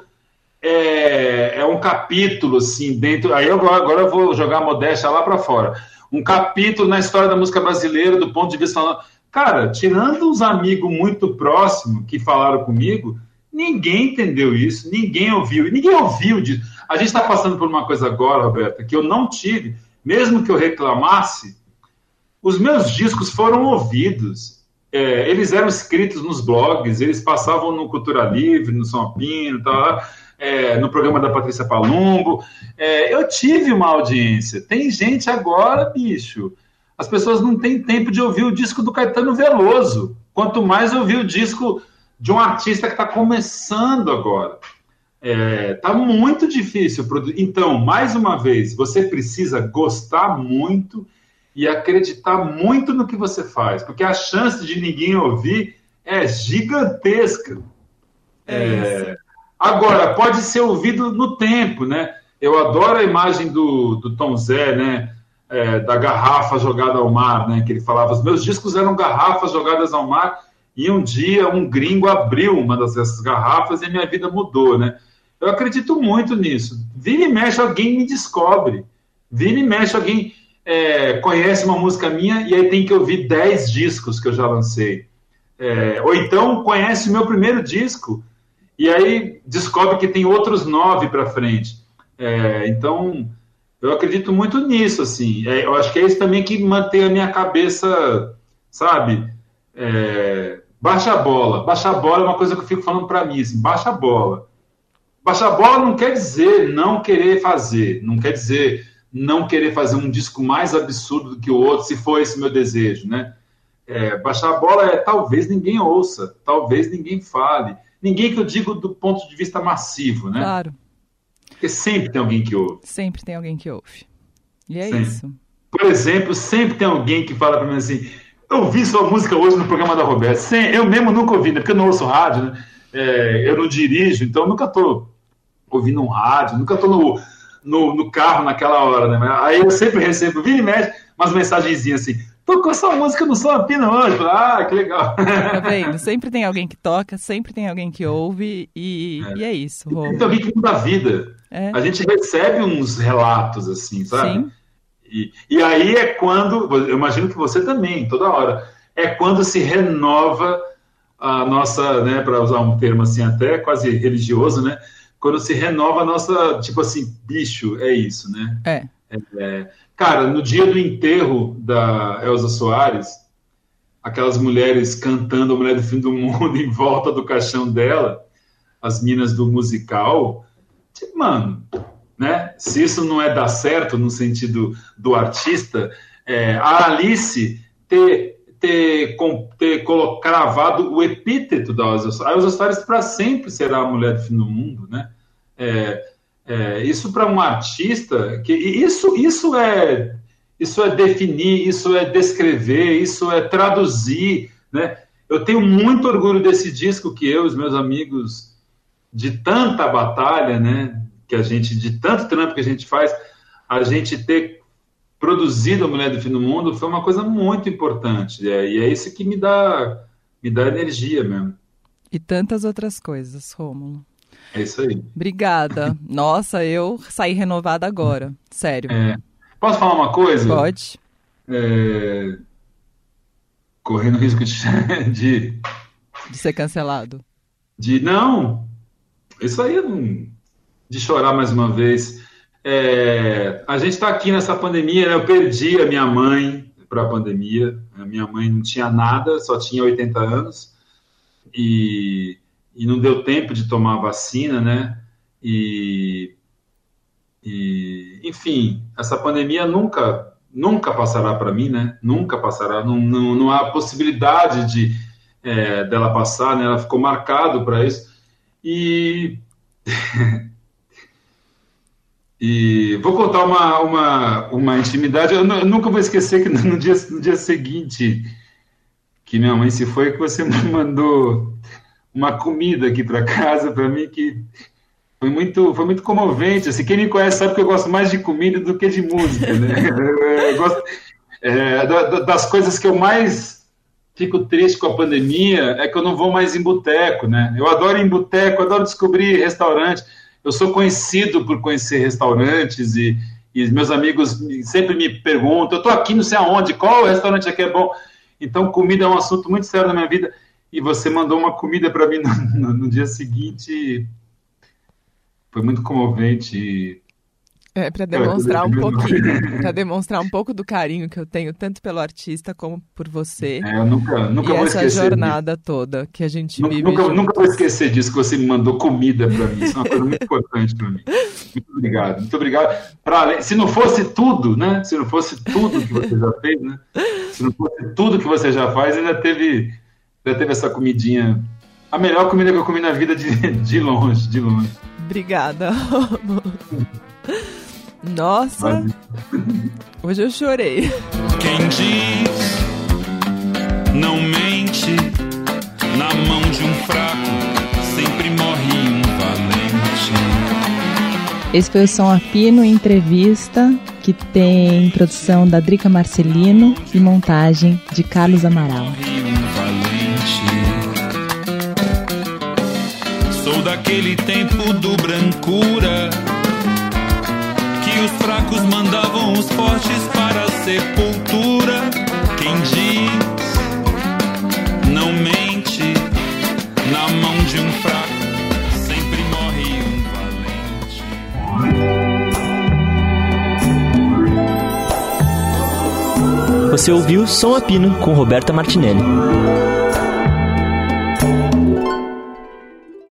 É, é um capítulo, assim, dentro... Aí eu, agora eu vou jogar a modéstia lá para fora. Um capítulo na história da música brasileira, do ponto de vista... Cara, tirando os amigos muito próximos que falaram comigo, ninguém entendeu isso, ninguém ouviu. Ninguém ouviu disso. A gente está passando por uma coisa agora, Roberta, que eu não tive, mesmo que eu reclamasse, os meus discos foram ouvidos. É, eles eram escritos nos blogs, eles passavam no Cultura Livre, no Som Apino, tal... É, no programa da Patrícia Palumbo, é, eu tive uma audiência. Tem gente agora, bicho, as pessoas não têm tempo de ouvir o disco do Caetano Veloso, quanto mais ouvir o disco de um artista que está começando agora. Está é, muito difícil. Então, mais uma vez, você precisa gostar muito e acreditar muito no que você faz, porque a chance de ninguém ouvir é gigantesca. É, é Agora, pode ser ouvido no tempo, né? Eu adoro a imagem do, do Tom Zé, né? É, da garrafa jogada ao mar, né? Que ele falava, os meus discos eram garrafas jogadas ao mar e um dia um gringo abriu uma dessas garrafas e a minha vida mudou, né? Eu acredito muito nisso. Vira e mexe, alguém me descobre. Vira e mexe, alguém é, conhece uma música minha e aí tem que ouvir dez discos que eu já lancei. É, ou então conhece o meu primeiro disco e aí descobre que tem outros nove para frente. É, então, eu acredito muito nisso, assim. É, eu acho que é isso também que mantém a minha cabeça, sabe? É, baixa a bola. Baixa a bola é uma coisa que eu fico falando para mim, assim, baixa a bola. Baixa a bola não quer dizer não querer fazer, não quer dizer não querer fazer um disco mais absurdo do que o outro, se for esse meu desejo, né? É, baixar a bola é talvez ninguém ouça, talvez ninguém fale. Ninguém que eu digo do ponto de vista massivo, né? Claro. Porque sempre tem alguém que ouve. Sempre tem alguém que ouve. E é sempre. Isso. Por exemplo, sempre tem alguém que fala pra mim assim, eu ouvi sua música hoje no programa da Roberta. Sem, eu mesmo nunca ouvi, né? Porque eu não ouço rádio, né? É, eu não dirijo, então eu nunca tô ouvindo um rádio, nunca tô no, no, no carro naquela hora, né? Aí eu sempre recebo, vira e mexe, umas mensagenzinhas assim, tocou essa música no Som Apino hoje. Ah, que legal. Tá vendo? Sempre tem alguém que toca, sempre tem alguém que ouve e é, e é isso. Tem alguém que muda a vida. É. A gente recebe uns relatos assim, sabe? Sim. E, e aí é quando, eu imagino que você também, toda hora, é quando se renova a nossa, né, para usar um termo assim até quase religioso, né? Quando se renova a nossa, tipo assim, bicho, é isso, né? É. é Cara, no dia do enterro da Elza Soares, aquelas mulheres cantando A Mulher do Fim do Mundo em volta do caixão dela, as minas do musical, tipo, mano, né? Se isso não é dar certo no sentido do artista, é, a Alice ter, ter, ter cravado o epíteto da Elza Soares, a Elza Soares para sempre será a Mulher do Fim do Mundo, né? É, É, isso para um artista, que isso, isso, é, isso é definir, isso é descrever, isso é traduzir, né? Eu tenho muito orgulho desse disco que eu e os meus amigos, de tanta batalha, né, que a gente, de tanto trampo que a gente faz, a gente ter produzido A Mulher do Fim do Mundo foi uma coisa muito importante, é, e é isso que me dá, me dá energia mesmo. E tantas outras coisas, Rômulo. É isso aí. Obrigada. Nossa, eu saí renovada agora. Sério. É. Posso falar uma coisa? Pode. É... Correndo risco de... de... De ser cancelado. De... Não. Isso aí é um... de chorar mais uma vez. É, a gente está aqui nessa pandemia, né? Eu perdi a minha mãe para a pandemia. A minha mãe não tinha nada, só tinha oitenta anos. E, e não deu tempo de tomar a vacina, né? E, e enfim, essa pandemia nunca, nunca passará para mim, né? Nunca passará. Não, não, não há possibilidade de, é, dela passar, né? Ela ficou marcado para isso. E... E vou contar uma, uma, uma intimidade. Eu, eu nunca vou esquecer que no dia, no dia seguinte que minha mãe se foi, que você me mandou uma comida aqui para casa para mim, que foi muito, foi muito comovente. Assim, quem me conhece sabe que eu gosto mais de comida do que de música, né? Eu gosto, é, das coisas que eu mais fico triste com a pandemia é que eu não vou mais em boteco, né? Eu adoro ir em boteco, adoro descobrir restaurante. Eu sou conhecido por conhecer restaurantes e, e meus amigos sempre me perguntam, eu estou aqui não sei aonde, qual restaurante aqui é bom? Então, comida é um assunto muito sério na minha vida. E você mandou uma comida para mim no, no, no dia seguinte. Foi muito comovente. É, para demonstrar um pouquinho, para demonstrar um pouco do carinho que eu tenho, tanto pelo artista como por você. É, eu nunca, nunca e vou essa esquecer jornada disso. Toda que a gente nunca, vive. Nunca, nunca vou esquecer disso, que você me mandou comida para mim. Isso é uma coisa muito importante para mim. Muito obrigado, muito obrigado. Pra, se não fosse tudo, né? Se não fosse tudo que você já fez, né? Se não fosse tudo que você já faz, ainda teve, ainda teve essa comidinha. A melhor comida que eu comi na vida de, de longe, de longe. Obrigada. Nossa, hoje eu chorei. Quem diz não mente, na mão de um fraco sempre morre um valente. Esse foi o Som a Pino Entrevista, que tem produção da Drica Marcelino e montagem de Carlos Amaral. Sou daquele tempo do brancura, que os fracos mandavam os fortes para a sepultura. Quem diz não mente, na mão de um fraco sempre morre um valente. Você ouviu Som a Pino com Roberta Martinelli.